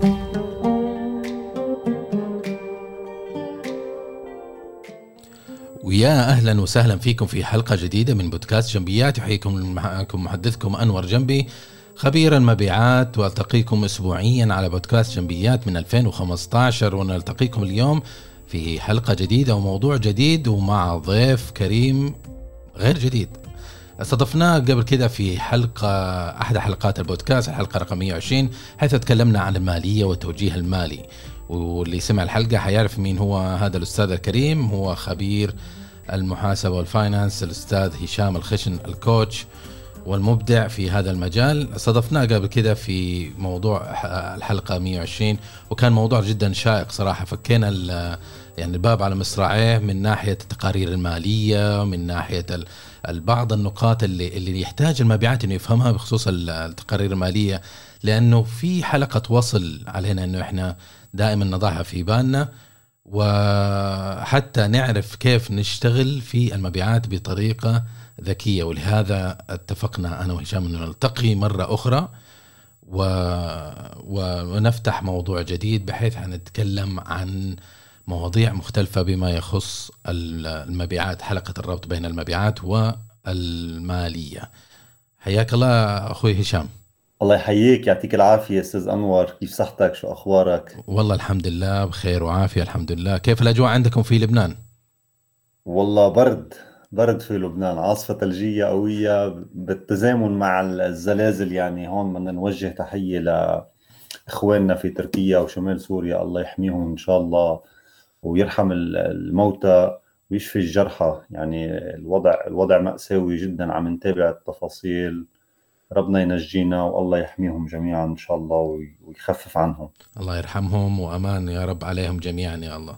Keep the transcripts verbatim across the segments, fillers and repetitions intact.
ويا أهلا وسهلا فيكم في حلقة جديدة من بودكاست جنبيات. يحييكم معكم محدثكم أنور جنبي خبير المبيعات، والتقيكم أسبوعيا على بودكاست جنبيات من ألفين وخمسة عشر، ونلتقيكم اليوم في حلقة جديدة وموضوع جديد ومع ضيف كريم غير جديد. استضفناه قبل كده في حلقة أحد حلقات البودكاست، الحلقة رقم مية وعشرين، حيث تكلمنا عن المالية والتوجيه المالي. واللي سمع الحلقة حيعرف مين هو هذا الأستاذ الكريم. هو خبير المحاسبة والفاينانس، الأستاذ هشام الخشن، الكوتش والمبدع في هذا المجال. استضفناه قبل كده في موضوع الحلقة مية وعشرين، وكان موضوع جدا شائق صراحة. فكينا يعني الباب على مصراعيه من ناحية التقارير المالية، من ناحية بعض النقاط اللي اللي يحتاج المبيعات إنه يفهمها بخصوص التقارير المالية، لأنه في حلقة وصل علينا إنه إحنا دائما نضعها في بالنا، وحتى نعرف كيف نشتغل في المبيعات بطريقة ذكية. ولهذا اتفقنا أنا وهشام أن نلتقي مرة أخرى و... ونفتح موضوع جديد، بحيث هنتكلم عن مواضيع مختلفة بما يخص المبيعات، حلقة الربط بين المبيعات والمالية. حياك الله أخوي هشام. الله يحييك، يعطيك العافية أستاذ أنور. كيف صحتك؟ شو أخبارك؟ والله الحمد لله بخير وعافية الحمد لله. كيف الأجواء عندكم في لبنان؟ والله برد برد في لبنان، عاصفة ثلجية قوية بالتزامن مع الزلازل. يعني هون بدنا نوجه تحية لإخواننا في تركيا وشمال سوريا، الله يحميهم إن شاء الله ويرحم الموتى ويشفي الجرحى. يعني الوضع الوضع مأساوي جدا، عم نتابع التفاصيل. ربنا ينجينا والله يحميهم جميعا إن شاء الله ويخفف عنهم. الله يرحمهم وأمان يا رب عليهم جميعا يا الله.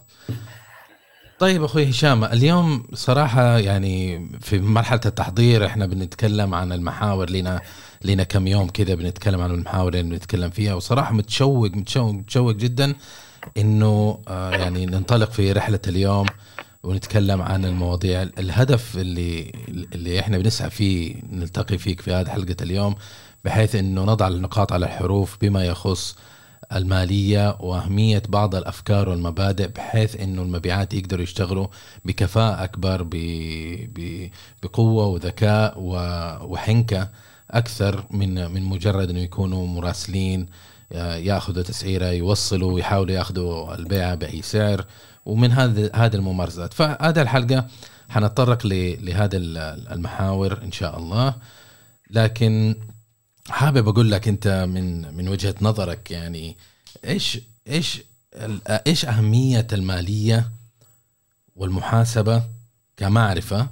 طيب أخوي هشام، اليوم صراحة يعني في مرحلة التحضير إحنا بنتكلم عن المحاور، لنا لنا كم يوم كذا بنتكلم عن المحاور اللي بنتكلم فيها، وصراحة متشوق متشوق متشوق جدا إنه آه يعني ننطلق في رحلة اليوم ونتكلم عن المواضيع. الهدف اللي اللي إحنا بنسعى فيه نلتقي فيك في هذه حلقة اليوم، بحيث إنه نضع النقاط على الحروف بما يخص المالية وأهمية بعض الأفكار والمبادئ، بحيث إنه المبيعات يقدروا يشتغلوا بكفاءة أكبر، ب... ب... بقوة وذكاء وحنكة أكثر من من مجرد إنه يكونوا مراسلين يأخذوا تسعيرة، يوصلوا ويحاولوا يأخذوا البيعة بأي سعر، ومن هذه هذه الممارسات. فهذا الحلقة حنتطرق لهذا المحاور إن شاء الله. لكن حابب أقول لك أنت من من وجهة نظرك، يعني إيش إيش إيش أهمية المالية والمحاسبة كمعرفة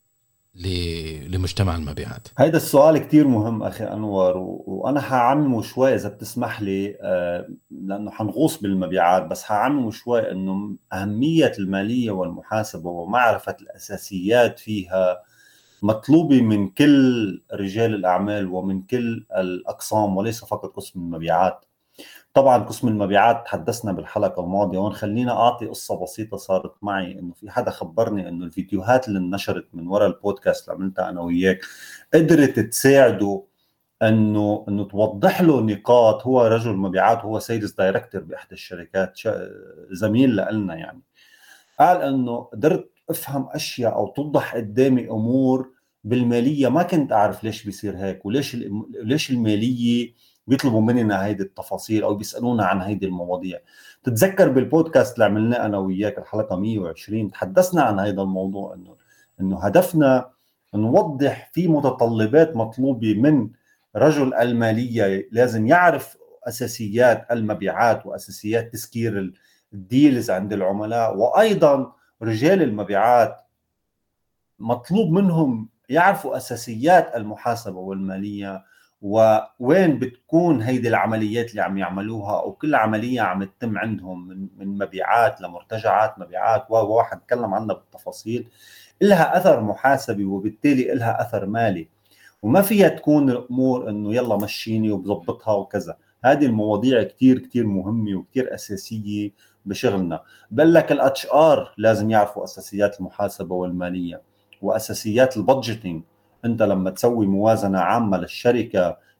لمجتمع المبيعات؟ هذا السؤال كتير مهم أخي أنور، وأنا حعممه شوي إذا بتسمح لي، لأنه حنغوص بالمبيعات، بس حعممه شوي إنه أهمية المالية والمحاسبة ومعرفة الأساسيات فيها مطلوبة من كل رجال الأعمال ومن كل الأقسام، وليس فقط قسم المبيعات. طبعا قسم المبيعات تحدثنا بالحلقة الماضية، وان خلينا أعطي قصة بسيطة صارت معي. إنه في حدا خبرني إنه الفيديوهات اللي نشرت من وراء البودكاست اللي عملتها أنا وياك قدرت تساعده إنه إنه توضح له نقاط. هو رجل مبيعات، هو سيلز دايركتور بإحدى الشركات، زميل لنا يعني. قال إنه قدرت افهم اشياء او توضح قدامي امور بالماليه ما كنت اعرف ليش بيصير هيك، وليش ليش الماليه بيطلبوا مننا هيدي التفاصيل او بيسالونا عن هيدي المواضيع. تتذكر بالبودكاست اللي عملناه انا وياك الحلقه مية وعشرين تحدثنا عن هذا الموضوع، انه انه هدفنا نوضح في متطلبات مطلوبه من رجل الماليه، لازم يعرف اساسيات المبيعات واساسيات تسكير الديلز عند العملاء. وايضا رجال المبيعات مطلوب منهم يعرفوا أساسيات المحاسبة والمالية، ووين بتكون هيدي العمليات اللي عم يعملوها، أو كل عملية عم تتم عندهم من من مبيعات لمرتجعات مبيعات وواحد نتكلم عنها بالتفاصيل، إلها أثر محاسبي وبالتالي إلها أثر مالي. وما فيها تكون الأمور إنه يلا مشيني وبضبطها وكذا. هذه المواضيع كتير كتير مهمة وكتير أساسية بشغلنا. بل لك الاتش ار لازم يعرفوا اساسيات المحاسبه والماليه واساسيات البادجيتنج. انت لما تسوي موازنه عامه للشركه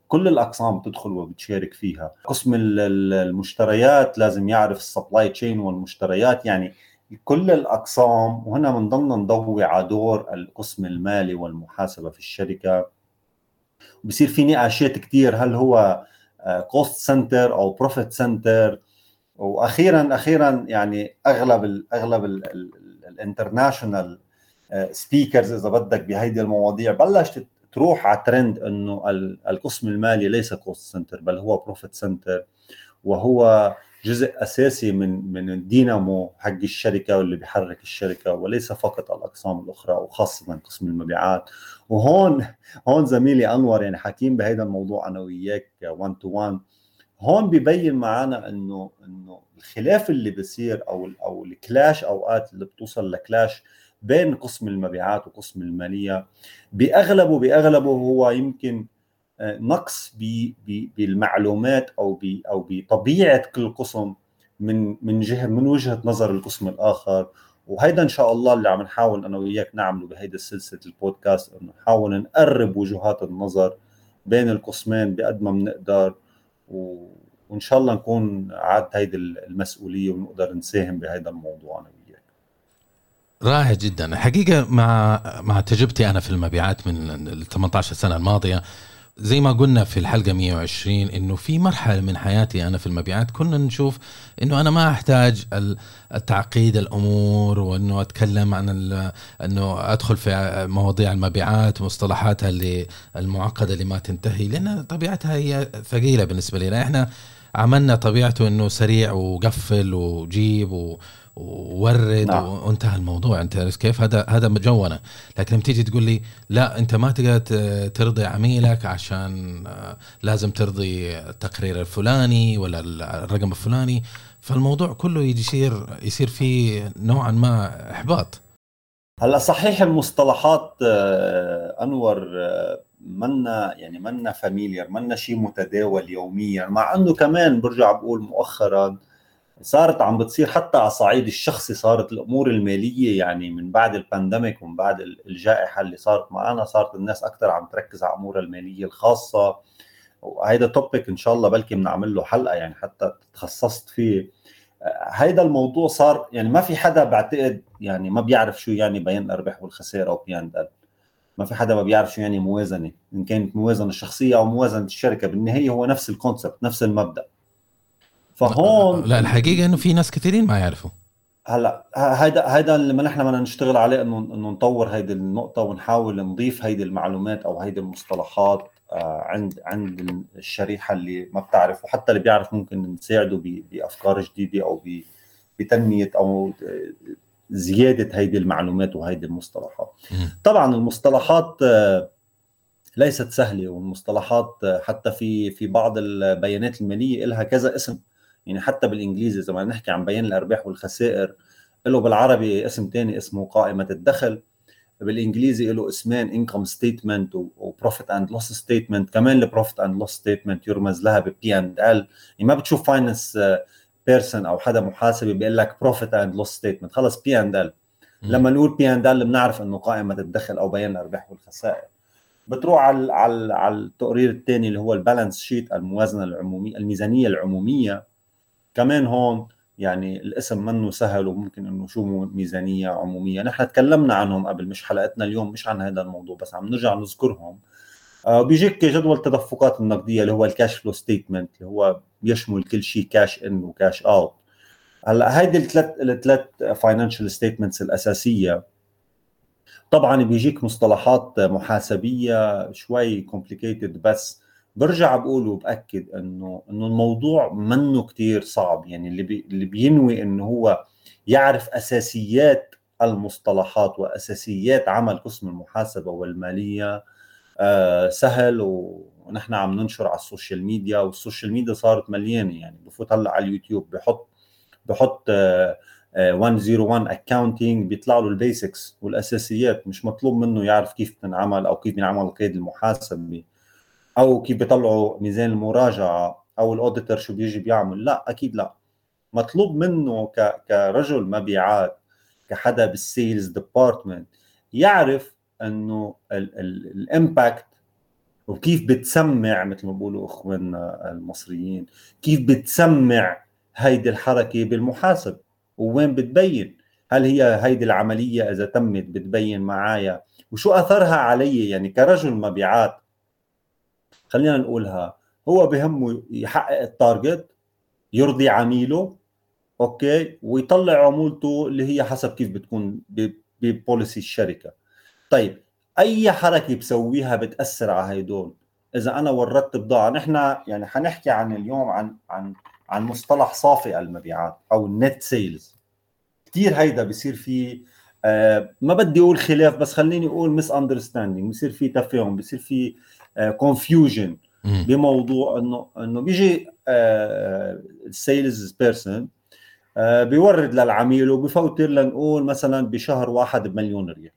كل الأقسام تدخل وبتشارك فيها. قسم المشتريات لازم يعرف السبلاي تشين والمشتريات، يعني كل الأقسام. وهنا من ضمن نضوي على دور القسم المالي والمحاسبة في الشركة. بصير في نقاشات كتير، هل هو كوست سنتر أو بروفيت سنتر. وأخيرا أخيرا يعني أغلب ال أغلب الانترناشونال سبيكرز إذا بدك بهيدي المواضيع بلشت تروح على ترند انه القسم المالي ليس كوست سنتر بل هو بروفيت سنتر، وهو جزء اساسي من من الدينامو حق الشركه واللي بيحرك الشركه، وليس فقط الاقسام الاخرى وخاصه قسم المبيعات. وهون هون زميلي انور يعني حكيم بهذا الموضوع انا وياك واحد تو واحد. هون بيبين معنا انه انه الخلاف اللي بيصير او او الكلاش اوقات اللي بتوصل لكلاش بين قسم المبيعات وقسم المالية بأغلبه بأغلبه هو يمكن نقص بالمعلومات أو أو بطبيعة كل قسم من من جهة من وجهة نظر القسم الآخر. وهيدا إن شاء الله اللي عم نحاول أنا وياك نعمله بهيدا السلسلة البودكاست، إنه نحاول نقرب وجهات النظر بين القسمين بقد ما بنقدر، وإن شاء الله نكون عاد هيدا المسؤولية ونقدر نساهم بهيدا الموضوع أنا وياك. رائع جدا حقيقة. مع مع تجربتي أنا في المبيعات من ال ثمانية عشر سنة الماضية، زي ما قلنا في الحلقة مية وعشرين إنه في مرحلة من حياتي أنا في المبيعات كنا نشوف إنه أنا ما أحتاج التعقيد الأمور، وإنه أتكلم عن إنه أدخل في مواضيع المبيعات ومصطلحاتها اللي المعقدة اللي ما تنتهي، لأن طبيعتها هي ثقيلة بالنسبة لنا. إحنا عملنا طبيعته إنه سريع وقفل وجيب و وورد نعم. وانتهى الموضوع. انت كيف هذا هذا مجونه. لكن لما تيجي تقول لي لا انت ما تقدر ترضي عميلك عشان لازم ترضي التقرير الفلاني ولا الرقم الفلاني، فالموضوع كله يجي يصير يصير فيه نوعا ما احباط. هلا صحيح المصطلحات انور منا يعني منا فاميليار، منا شيء متداول يوميا، مع انه كمان برجع بقول مؤخرا صارت عم بتصير حتى على صعيد الشخصي. صارت الامور الماليه يعني من بعد البانديميك ومن بعد الجائحه اللي صارت معنا، صارت الناس اكثر عم تركز على امورها الماليه الخاصه. وهيدا توبيك ان شاء الله بلكي بنعمل له حلقه يعني حتى تخصصت فيه. هيدا الموضوع صار يعني ما في حدا بعتقد يعني ما بيعرف شو يعني بيان الارباح والخسائر او بي اند ال. ما في حدا ما بيعرف شو يعني موازنه، ان كانت موازنه شخصيه او موازنه الشركه، بالنهايه هو نفس الكونسبت نفس المبدا. فهون لا الحقيقه انه في ناس كثيرين ما يعرفوا. هلا هيدا هيدا اللي ما نحن بدنا نشتغل عليه، انه انه نطور هيدي النقطه ونحاول نضيف هيدي المعلومات او هيدي المصطلحات عند عند الشريحه اللي ما بتعرف، وحتى اللي بيعرف ممكن نساعده بافكار جديده او بتنميه او زياده هيدي المعلومات وهيدي المصطلحات. طبعا المصطلحات ليست سهله، والمصطلحات حتى في في بعض البيانات الماليه لها كذا اسم. يعني حتى بالانجليزي زي ما نحكي عن بيان الارباح والخسائر له بالعربي اسم تاني اسمه قائمه الدخل، بالانجليزي له اسمين انكم ستيتمنت وبروفيت اند لوس ستيتمنت. كمان البروفيت اند لوس ستيتمنت يرمز لها ببي اند ال. يعني ما بتشوف فاينانس بيرسون او حدا محاسبي بيقول لك بروفيت اند لوس ستيتمنت، خلص بي اند ال. لما نقول بي اند ال بنعرف انه قائمه الدخل او بيان الارباح والخسائر. بتروح على على على التقرير الثاني اللي هو البالانس شيت، الموازنه العموميه الميزانيه العموميه. كمان هون يعني الاسم منه سهل، وممكن انه شو ميزانيه عموميه. نحن تكلمنا عنهم قبل، مش حلقتنا اليوم مش عن هذا الموضوع، بس عم نرجع نذكرهم. آه بيجيك جدول التدفقات النقديه اللي هو الكاش فلو ستيتمنت اللي هو بيشمل كل شيء كاش ان وكاش اوت. هلا هيدي الثلاث الثلاث فاينانشال ستيتمنتس الاساسيه. طبعا بيجيك مصطلحات محاسبيه شوي كومبليكيتد، بس برجع بقول وبأكد انه انه الموضوع منه كتير صعب. يعني اللي بي اللي بينوي انه هو يعرف اساسيات المصطلحات واساسيات عمل قسم المحاسبه والماليه آه سهل. ونحن عم ننشر على السوشيال ميديا، والسوشيال ميديا صارت مليانه. يعني بفوت هلا على اليوتيوب بحط بحط آه مية وواحد اكاونتينج بيطلع له البيسكس والاساسيات. مش مطلوب منه يعرف كيف بتنعمل او كيف بينعمل القيد المحاسبي او كيف بيطلعوا ميزان المراجعه او الاوديتور شو بيجي بيعمل. لا اكيد لا. مطلوب منه ك كرجل مبيعات كحدا بالسيلز ديبارتمنت يعرف انه الامباكت وكيف بتسمع مثل ما بيقولوا اخواننا المصريين، كيف بتسمع هيدي الحركة بالمحاسب ووين بتبين. هل هي هيدي العملية إذا تمت بتبين معايا وشو أثرها علي؟ يعني كرجل مبيعات خلينا نقولها، هو بهمه يحقق التارجت، يرضي عميله، أوكي، ويطلع عمولته اللي هي حسب كيف بتكون ببوليسي الشركة. طيب أي حركة بسويها بتأثر على هيدول. إذا أنا وردت بضاعة، نحن يعني حنحكي عن اليوم عن عن عن مصطلح صافي المبيعات أو النت سيلز. كتير هيدا بيصير فيه آه ما بدي أقول خلاف، بس خليني أقول ميس أندرستاندينج، بيصير فيه تفاهم، بيصير فيه كونفيوجن آه بموضوع إنه إنه بيجي السيلز بيرسون آه بيورد للعميل وبفوتر لنقول مثلا بشهر واحد بمليون ريال.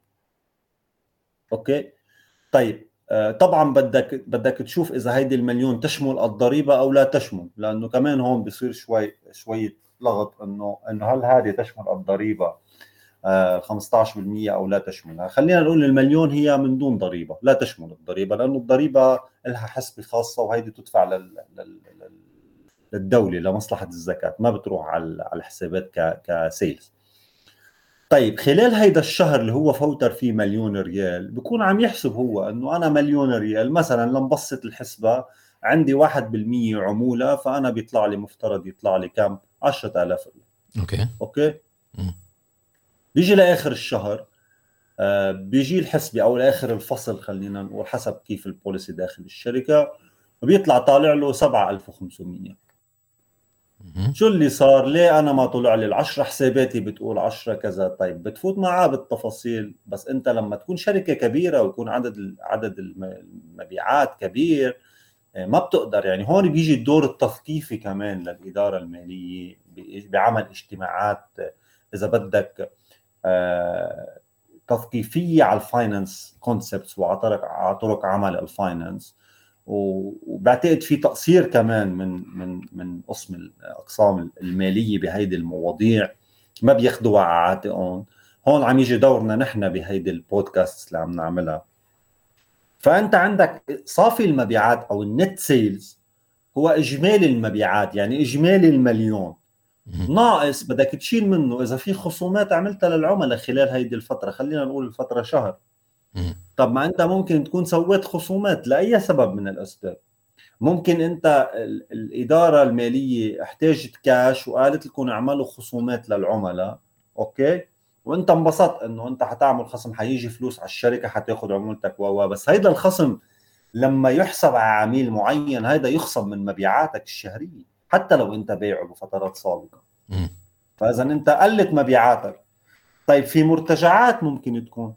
اوكي طيب آه طبعا بدك بدك تشوف اذا هيدي المليون تشمل الضريبه او لا تشمل، لانه كمان هون بيصير شوي شويه لغط انه انه هل هذه تشمل الضريبه آه خمسة عشر بالمئة او لا تشملها. خلينا نقول المليون هي من دون ضريبه، لا تشمل الضريبه، لانه الضريبه لها حسبه خاصه وهيدي تدفع لل... لل... للدوله لمصلحه الزكاه، ما بتروح على على الحسابات ك كسيلز. طيب خلال هيدا الشهر اللي هو فوتر فيه مليون ريال، بكون عم يحسب هو انه انا مليون ريال مثلا لنبسط الحسبة عندي واحد بالمية عمولة، فانا بيطلع لي مفترض يطلع لي كم؟ عشرة آلاف ريال. اوكي اوكي م. بيجي لاخر الشهر آه بيجي الحسبة او لاخر الفصل خلينا نقول حسب كيف البوليسي داخل الشركة، وبيطلع طالع له سبعة آلاف وخمسمية. شو اللي صار؟ ليه أنا ما طلع لي العشرة؟ حساباتي بتقول عشرة كذا. طيب بتفوت معاه بالتفاصيل، بس أنت لما تكون شركة كبيرة ويكون عدد عدد المبيعات كبير ما بتقدر. يعني هون بيجي الدور التثقيفي كمان للإدارة المالية بعمل اجتماعات إذا بدك آه تثقيفية على الفاينانس كونسبتس وعلى طرق عمل الفاينانس. وبعتقد في تقصير كمان من من من قسم الاقسام الماليه بهيدي المواضيع، ما بياخذوا على عاتقهم. هون عم يجي دورنا نحن بهيدي البودكاست اللي عم نعملها. فانت عندك صافي المبيعات او النت سيلز هو اجمالي المبيعات، يعني اجمالي المليون ناقص بدك تشيل منه اذا في خصومات عملتها للعملاء خلال هيدي الفتره، خلينا نقول الفتره شهر. طب ما انت ممكن تكون سويت خصومات لاي سبب من الاسباب. ممكن انت الاداره الماليه احتاجت كاش وقالت لكم اعملوا خصومات للعملاء، اوكي، وانت انبسطت انه انت حتعمل خصم، حيجي فلوس على الشركه، حتاخذ عمولتك و بس هيدا الخصم لما يحسب على عميل معين هيدا يخصم من مبيعاتك الشهريه حتى لو انت بيعه بفترات سابقه. فاذا انت قلت مبيعاتك. طيب في مرتجعات ممكن تكون.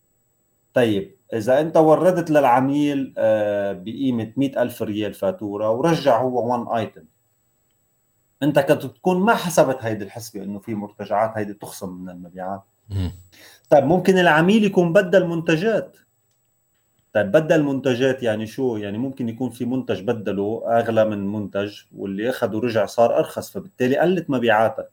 طيب إذا أنت وردت للعميل بقيمة مئة ألف ريال فاتورة ورجع هو وان آيتم، أنت كنت تكون ما حسبت هيدي الحسبة إنه في مرتجعات هيدي تخصم من المبيعات. طيب ممكن العميل يكون بدل منتجات. طيب بدل منتجات يعني شو؟ يعني ممكن يكون في منتج بدله أغلى من منتج واللي أخذه رجع صار أرخص، فبالتالي قلت مبيعاتك.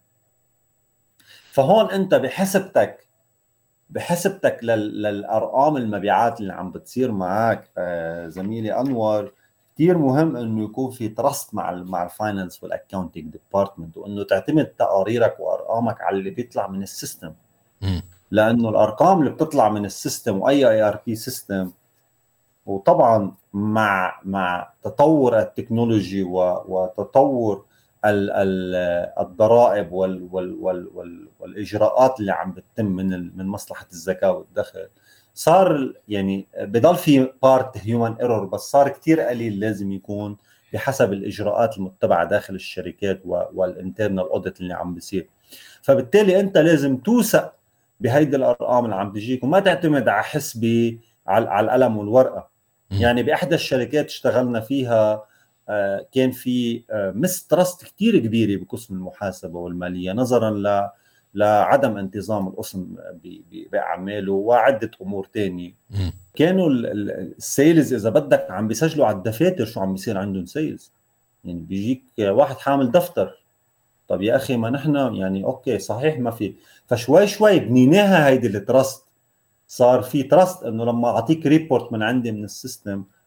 فهون أنت بحسبتك بحسبتك للأرقام المبيعات اللي عم بتصير معك آه زميلي أنور، كتير مهم إنه يكون في ترست مع ال مع الفاينانس والأكاونتينج ديبارتمنت، وإنه تعتمد تقاريرك وأرقامك على اللي بيطلع من السيستم. لأنه الأرقام اللي بتطلع من السيستم وأي اي ار بي سيستم، وطبعا مع مع تطور التكنولوجي وتطور ال ال الضرائب وال وال وال وال والاجراءات اللي عم بتتم من من مصلحه الزكاه والدخل، صار يعني بضل في بارت هيومن ايرور، بس صار كتير قليل لازم يكون بحسب الاجراءات المتبعه داخل الشركات والانترنال اوديت اللي عم بيصير. فبالتالي انت لازم توثق بهيدي الارقام اللي عم تجيك وما تعتمد على حسبه على القلم والورقه. يعني باحدى الشركات اشتغلنا فيها كان في مسترست كتير كبيره بقسم المحاسبه والماليه نظرا ل لعدم انتظام القسم باعماله وعده امور تانية. كانوا السيلز اذا بدك عم بيسجلوا على الدفاتر شو عم بيصير عندهم سيلز. يعني بيجيك واحد حامل دفتر، طب يا اخي ما نحن يعني اوكي صحيح ما في، فشوي شوي بنيناها هيدي الترست. صار في ترست انه لما اعطيك ريبورت من عندي من السيستم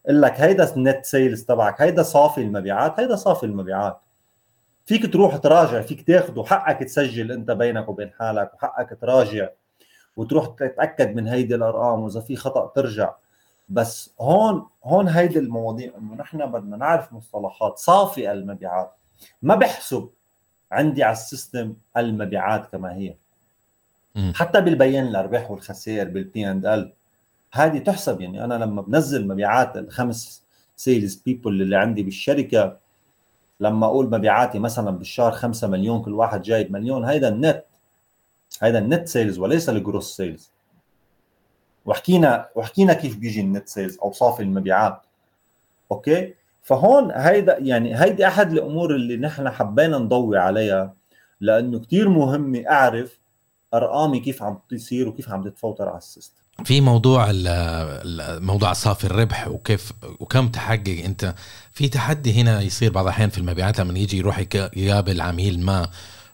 قل لك هيدا النت سيلز تبعك، هيدا صافي المبيعات، هيدا صافي المبيعات. فيك تروح تراجع، فيك تاخده، حقك تسجل انت بينك وبين حالك، وحقك تراجع وتروح تتاكد من هيدي الارقام، واذا في خطا ترجع. بس هون هون هيدي المواضيع انه نحن بدنا نعرف مصطلحات. صافي المبيعات ما بحسب عندي على السيستم المبيعات كما هي. م. حتى بالبيان الارباح والخسائر بالبي اند ال هذه تحسب. يعني انا لما بنزل مبيعات الخمس سيلز بيبل اللي عندي بالشركه، لما اقول مبيعاتي مثلا بالشهر خمسة مليون، كل واحد جايب مليون، هيدا النت، هيدا النت سيلز وليس الجروس سيلز. وحكينا وحكينا كيف بيجي النت سيلز او صافي المبيعات. اوكي، فهون هيدا يعني هيدي احد الامور اللي نحن حبينا نضوي عليها، لانه كتير مهم اعرف ارقامي كيف عم تصير وكيف عم تتفوتر على السيستم. في موضوع الموضوع صافي الربح وكيف وكم تحقق انت. في تحدي هنا يصير بعض الأحيان في المبيعات لما يجي يروح يقابل عميل ما،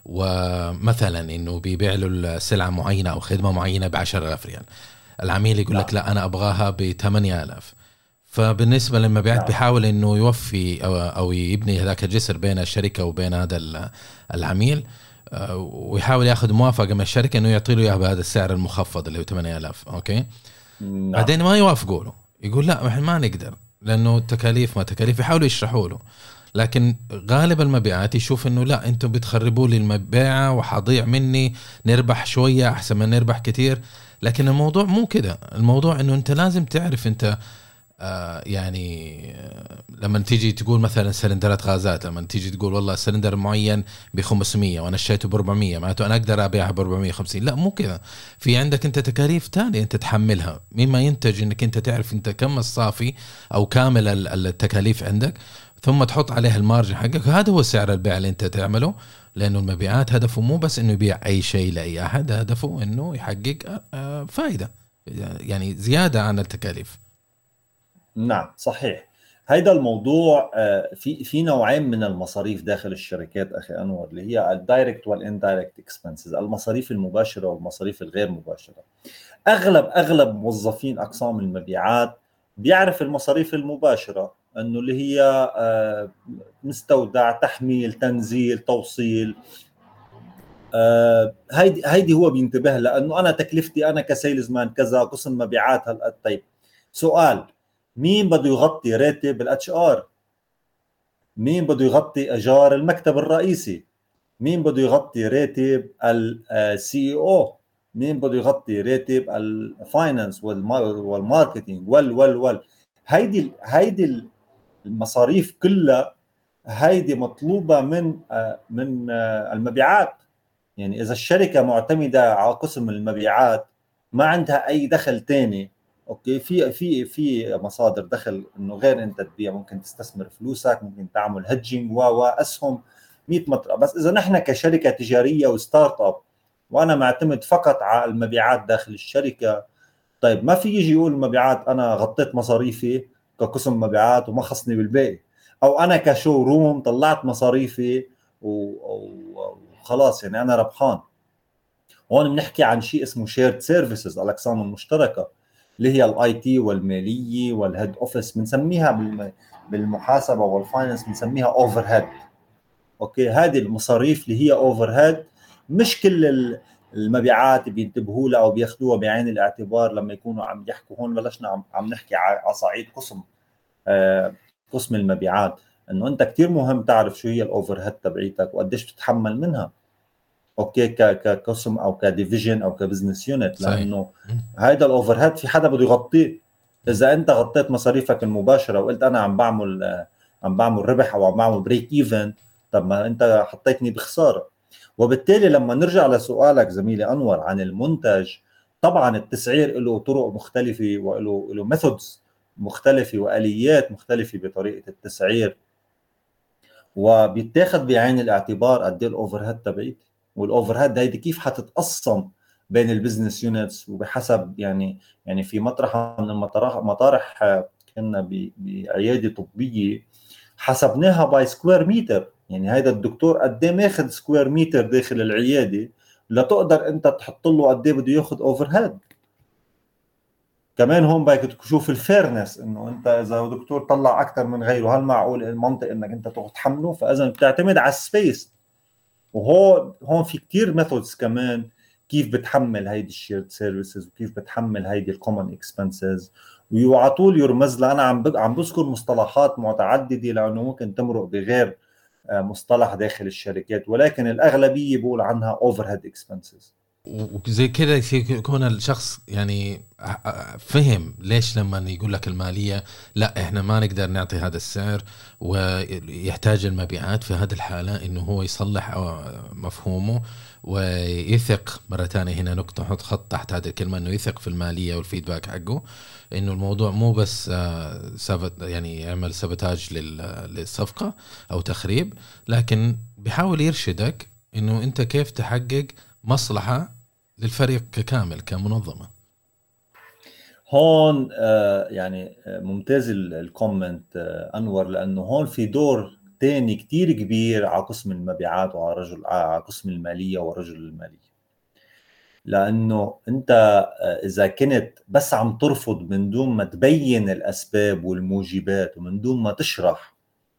ومثلا انه بيبيع له سلعة معينة او خدمة معينة بعشرة آلاف ريال، العميل يقول لك لا انا ابغاها بثمانية آلاف. فبالنسبة للمبيعات بيحاول انه يوفي او, أو يبني هذاك الجسر بين الشركة وبين هذا العميل، ويحاول ياخذ موافقة من الشركة انه يعطي له اياها بهذا السعر المخفض اللي هو ثمانية آلاف. اوكي، نعم. بعدين ما يوافقوا له، يقول لا احنا ما نقدر لانه التكاليف ما تكاليف، يحاولوا يشرحوا له. لكن غالب المبيعات يشوف انه لا انتم بتخربوا لي المبيعة وحضيع مني، نربح شوية احسن من نربح كتير. لكن الموضوع مو كده، الموضوع انه انت لازم تعرف انت آه يعني آه لما تيجي تقول مثلا سلندرات غازات، لما تيجي تقول والله سلندر معين ب خمسمية وانا اشتريته ب أربعمية، معناته انا اقدر ابيعها ب أربعمية وخمسين. لا مو كذا، في عندك انت تكاليف تانية انت تحملها، مما ينتج انك انت تعرف انت كم الصافي او كامل التكاليف عندك، ثم تحط عليها المارجن حقك. هذا هو سعر البيع اللي انت تعمله، لانه المبيعات هدفه مو بس انه يبيع اي شيء لاي احد، هدفه انه يحقق آه فائدة يعني زيادة عن التكاليف. نعم صحيح. هيدا الموضوع في في نوعين من المصاريف داخل الشركات اخي انور، اللي هي الدايركت والاندايركت اكسبنسز، المصاريف المباشره والمصاريف الغير مباشره. اغلب اغلب موظفين اقسام المبيعات بيعرف المصاريف المباشره، انه اللي هي مستودع، تحميل، تنزيل، توصيل. هيدي هيدي هو بينتبه، لانه انا تكلفتي انا كسيلز مان كذا، قسم مبيعات هالقد. طيب سؤال، مين بده يغطي راتب الاتش ار؟ مين بده يغطي ايجار المكتب الرئيسي؟ مين بده يغطي راتب السي او؟ مين بده يغطي راتب الفاينانس والماركتينج وال وال وال هيدي هيدي المصاريف كلها هيدي مطلوبه من من المبيعات. يعني اذا الشركه معتمده على قسم المبيعات ما عندها اي دخل تاني، اوكي، في في في مصادر دخل انه غير انت تبيع، ممكن تستثمر فلوسك، ممكن تعمل هيدجينج و واسهم مية مطرح. بس اذا نحن كشركه تجاريه وستارت اب وانا معتمد فقط على المبيعات داخل الشركه، طيب ما في يجي يقول المبيعات انا غطيت مصاريفي كقسم مبيعات وما خصني بالباقي، او انا كشو روم طلعت مصاريفي وخلاص يعني انا ربحان. هون بنحكي عن شيء اسمه شيرد سيرفيسز، الاقسام المشتركه، اللي هي الاي تي والماليه والهيد اوفيس، بنسميها بالمحاسبه والفاينانس بنسميها اوفر هيد. اوكي، هذه المصاريف اللي هي اوفر هيد، مش كل المبيعات بينتبهوا لها او بياخذوها بعين الاعتبار لما يكونوا عم يحكوا. هون بلشنا عم, عم نحكي على صعيد قسم آه قسم المبيعات، انه انت كتير مهم تعرف شو هي الاوفر هيد تبعيتك وقديش بتتحمل منها. اوكي، كقسم او كديفيجن او كبزنس يونت، لانه هيدا الاوفر هيد في حدا بده يغطيه. اذا انت غطيت مصاريفك المباشره وقلت انا عم بعمل عم بعمل ربح او عم بعمل بريك ايفن، طب ما انت حطيتني بخساره. وبالتالي لما نرجع لسؤالك زميلي انور عن المنتج، طبعا التسعير له طرق مختلفه وله له ميثودز مختلفه واليات مختلفه بطريقه التسعير، وبيتاخذ بعين الاعتبار قد ايه الاوفر هيد تبعيتي، والاوفر هيد هيدي كيف حتتقسم بين البزنس يونتس، وبحسب يعني يعني في مطرح من المطارح مطارح كنا بعياده طبيه حسبناها باي سكوير متر. يعني هيدا الدكتور قد ايه ماخذ سكوير متر داخل العياده لتقدر انت تحط له قد ايه بده ياخذ اوفر هيد. كمان هون بدك تشوف الفيرنس، انه انت اذا دكتور طلع اكثر من غيره هل معقول المنطق انك انت تاخذ حمله؟ فاذا بتعتمد على السبيس. وهون هون في كتير ميثودز كمان كيف بتحمل هيدي الشيرد سيرفيسز وكيف بتحمل هيدي الكومن اكسبنسز، وعلى طول يرمز لها. انا عم عم بذكر مصطلحات متعدده لانه ممكن تمرق بغير مصطلح داخل الشركات، ولكن الاغلبيه بقول عنها اوفر هيد اكسبنسز. وزي كده يكون الشخص يعني فهم ليش لما يقول لك المالية لا احنا ما نقدر نعطي هذا السعر ويحتاج المبيعات في هذه الحالة انه هو يصلح مفهومه ويثق. مرة تانية هنا نقطة نحط خط تحت هذه الكلمة، انه يثق في المالية والفيدباك حقه، انه الموضوع مو بس سبت يعني يعمل سبتاج للصفقة او تخريب، لكن بيحاول يرشدك انه انت كيف تحقق مصلحة للفريق ككامل كمنظمة. هون آه يعني ممتاز الكومنت آه أنور، لأنه هون في دور تاني كتير كبير على قسم المبيعات وعلى رجل على قسم المالية ورجل المالية. لأنه أنت آه إذا كنت بس عم ترفض من دون ما تبين الأسباب والموجبات ومن دون ما تشرح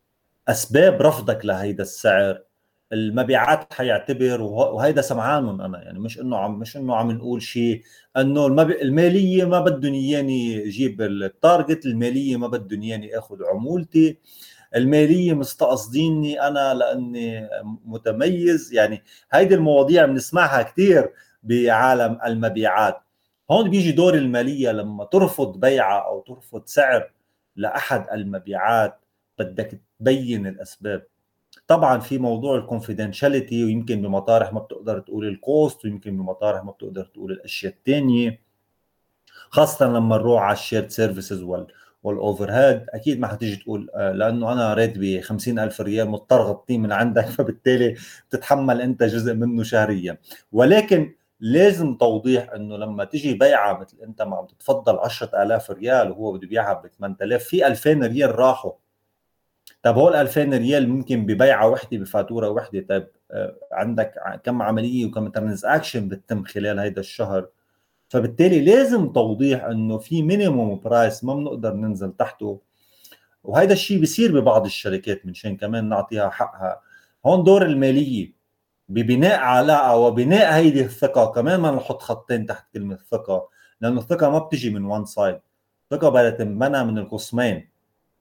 أسباب رفضك لهيدا السعر، المبيعات حيعتبر، وهيدا سمعانهم انا يعني مش انه عم مش انه عم نقول شيء انه المبي... الماليه ما بدهم اياني جيب التارجت، الماليه ما بدهم اياني اخذ عمولتي، الماليه مستقصديني انا لاني متميز. يعني هيدي المواضيع بنسمعها كثير بعالم المبيعات. هون بيجي دور الماليه لما ترفض بيعه او ترفض سعر لاحد المبيعات، بدك تبين الاسباب. طبعا في موضوع الكونفيدنشاليتي، ويمكن بمطارح ما بتقدر تقول الكوست، ويمكن بمطارح ما بتقدر تقول الاشياء الثانيه، خاصه لما نروح على الشيرد سيرفيسز وال والاوفر هيد. اكيد ما حتيجي تقول لانه انا راتبي خمسين ألف ريال مضطر غطيه من عندك، فبالتالي بتتحمل انت جزء منه شهريا. ولكن لازم توضيح انه لما تيجي بيعه مثل انت ما عم تتفضل عشرة آلاف ريال وهو بده يبيعها ب ثمانية آلاف، في ألفين ريال راحوا. طب هول ألفين ريال ممكن ببيعه وحده بفاتوره وحده. طيب عندك كم عمليه وكم ترانزاكشن بتتم خلال هيدا الشهر؟ فبالتالي لازم توضيح انه في مينيموم برايس ما بنقدر ننزل تحته. وهيدا الشيء بيصير ببعض الشركات، منشان كمان نعطيها حقها. هون دور الماليه ببناء علاقه وبناء هيدي الثقه. كمان ما نحط خطين تحت كلمه ثقه، لانه الثقه ما بتجي من وان سايد، الثقه بدها تنبنى من القسمين.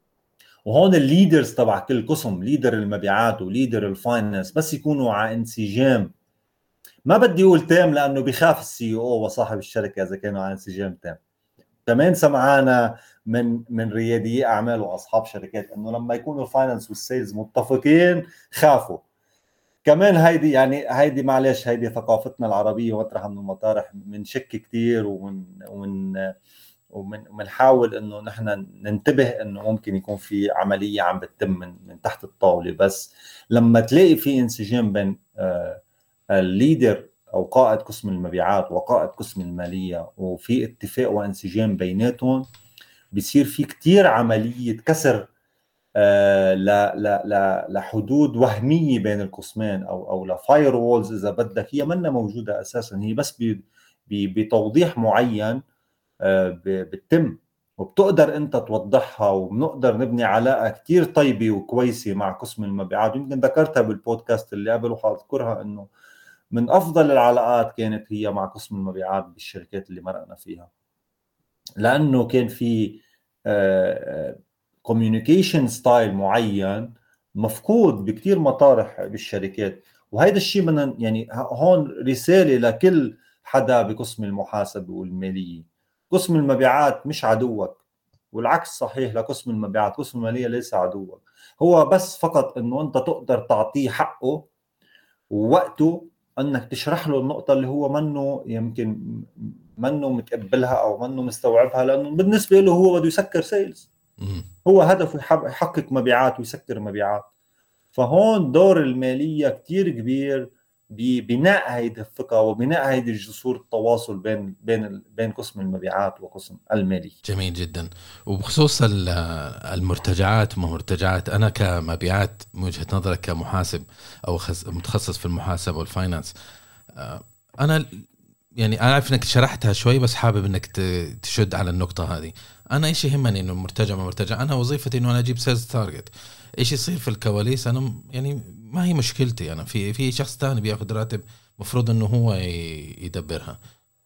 وهون الليدرز تبع كل قسم، ليدر المبيعات وليدر الفاينانس، بس يكونوا على انسجام. ما بدي اقول تام لانه بخاف السي او وصاحب الشركه اذا كانوا على انسجام تام. كمان سمعانا من من ريادي اعمال واصحاب شركات انه لما يكونوا الفاينانس والسيلز متفقين خافوا. كمان هيدي يعني هيدي معلش هيدي ثقافتنا العربيه، ومطرح من المطارح بنشك كتير ومن ومن ومنحاول انه نحن ننتبه انه ممكن يكون في عمليه عم بتتم من, من تحت الطاوله. بس لما تلاقي في انسجام بين آه الليدر او قائد قسم المبيعات وقائد قسم الماليه، وفي اتفاق وانسجام بيناتهم، بيصير في كتير عمليه كسر آه لا لا لا لحدود وهميه بين القسمين، او او لفاير وولز اذا بدك. هي منا موجوده اساسا، هي بس بتوضيح معين بتتم وبتقدر انت توضحها، وبنقدر نبني علاقه كتير طيبه وكويسه مع قسم المبيعات. يمكن ذكرتها بالبودكاست اللي قبل وحاذكرها، انه من افضل العلاقات كانت هي مع قسم المبيعات بالشركات اللي مرقنا فيها، لانه كان في كوميونيكيشن ستايل معين مفقود بكتير مطارح بالشركات. وهذا الشيء من يعني هون رساله لكل حدا بقسم المحاسبه والماليه، قسم المبيعات مش عدوك، والعكس صحيح لقسم المبيعات، قسم الماليه ليس عدوك. هو بس فقط انه انت تقدر تعطيه حقه ووقته، انك تشرح له النقطه اللي هو منه يمكن منه متقبلها او منه مستوعبها، لانه بالنسبه له هو بده يسكر سيلز، هو هدفه يحقق مبيعات ويسكر مبيعات. فهون دور الماليه كتير كبير ببناء هيدي الثقه وبناء هيدي الجسور التواصل بين بين بين قسم المبيعات وقسم المالي. جميل جدا. وبخصوص المرتجعات وما مرتجعات، انا كمبيعات من وجهه نظرك كمحاسب او متخصص في المحاسبه والفاينانس، انا يعني انا عارف انك شرحتها شوي بس حابب انك تشد على النقطه هذه. انا ايش يهمني انه مرتجع ما مرتجع، انا وظيفتي انه انا اجيب سيلز تارجت. ايش يصير في الكواليس انا يعني ما هي مشكلتي. انا في في شخص ثاني بياخذ راتب مفروض انه هو يدبرها.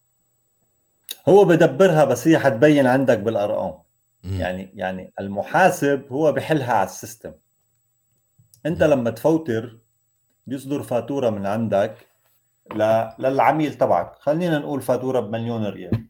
هو بدبرها بس هي حتبين عندك بالارقام. مم. يعني يعني المحاسب هو بحلها على السيستم. انت مم. لما تفوتر بيصدر فاتوره من عندك ل... للعميل تبعك، خلينا نقول فاتوره بمليون ريال،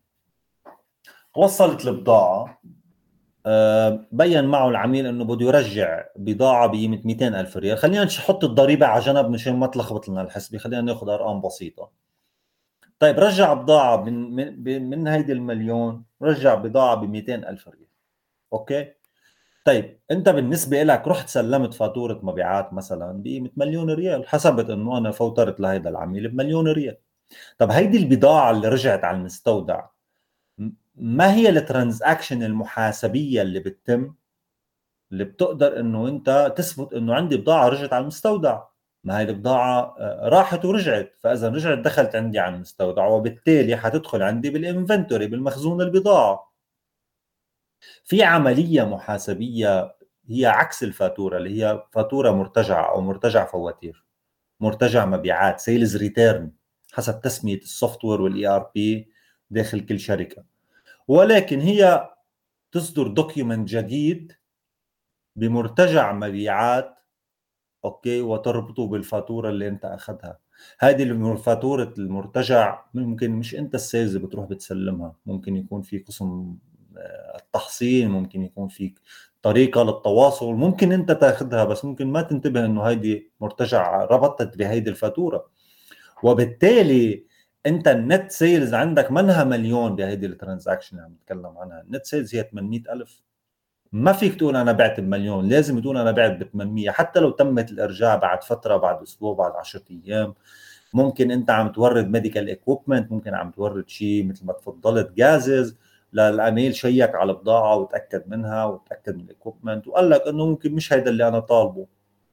وصلت البضاعه، آه، بين معه العميل انه بده يرجع بضاعه بقيمه مئتين ألف ريال. خلينا نحط الضريبه على جنب مشان ما تلخبط لنا الحسبه، خلينا ناخذ ارقام بسيطه. طيب رجع بضاعه من من, من هيدي المليون، رجع بضاعه ب مئتين ألف ريال. اوكي. طيب انت بالنسبه لك رحت سلمت فاتوره مبيعات مثلا بقيمه مليون ريال، حسبت انه انا فوترت لهيدا العميل بمليون ريال. طب هيدي البضاعه اللي رجعت على المستودع، ما هي الترانزاكشن المحاسبيه اللي بتتم اللي بتقدر انه انت تثبت انه عندي بضاعه رجعت على المستودع؟ ما هي البضاعه راحت ورجعت، فاذا رجعت دخلت عندي على المستودع، وبالتالي حتدخل عندي بالانفنتوري بالمخزون البضاعه. في عمليه محاسبيه هي عكس الفاتوره، اللي هي فاتوره مرتجعه او مرتجع فواتير، مرتجع مبيعات، سيلز ريتيرن حسب تسميه السوفت وير والاي ار بي داخل كل شركه. ولكن هي تصدر دوكيومنت جديد بمرتجع مبيعات، اوكي، وتربطه بالفاتوره اللي انت اخذها. هذه فاتوره المرتجع ممكن مش انت السيلز بتروح بتسلمها، ممكن يكون في قسم التحصيل، ممكن يكون في طريقه للتواصل، ممكن انت تاخذها بس ممكن ما تنتبه انه هيدي مرتجع ربطت بهيدي الفاتوره. وبالتالي انت النت سيلز عندك منها مليون بهيدي الترانزاكشن اللي عم نتكلم عنها. النت سيلز هي ثمانمئة ألف. ما فيك تقول انا بعت بمليون، لازم تقول انا بعت ب ثمانمئة، حتى لو تمت الارجاع بعد فتره، بعد اسبوع، بعد عشرة ايام. ممكن انت عم تورد ميديكال ايكويبمنت، ممكن عم تورد شيء مثل ما تفضلت جازز للعميل، شيك على البضاعه وتاكد منها وتاكد من الايكويبمنت وقال لك انه ممكن مش هيدا اللي انا طالبه،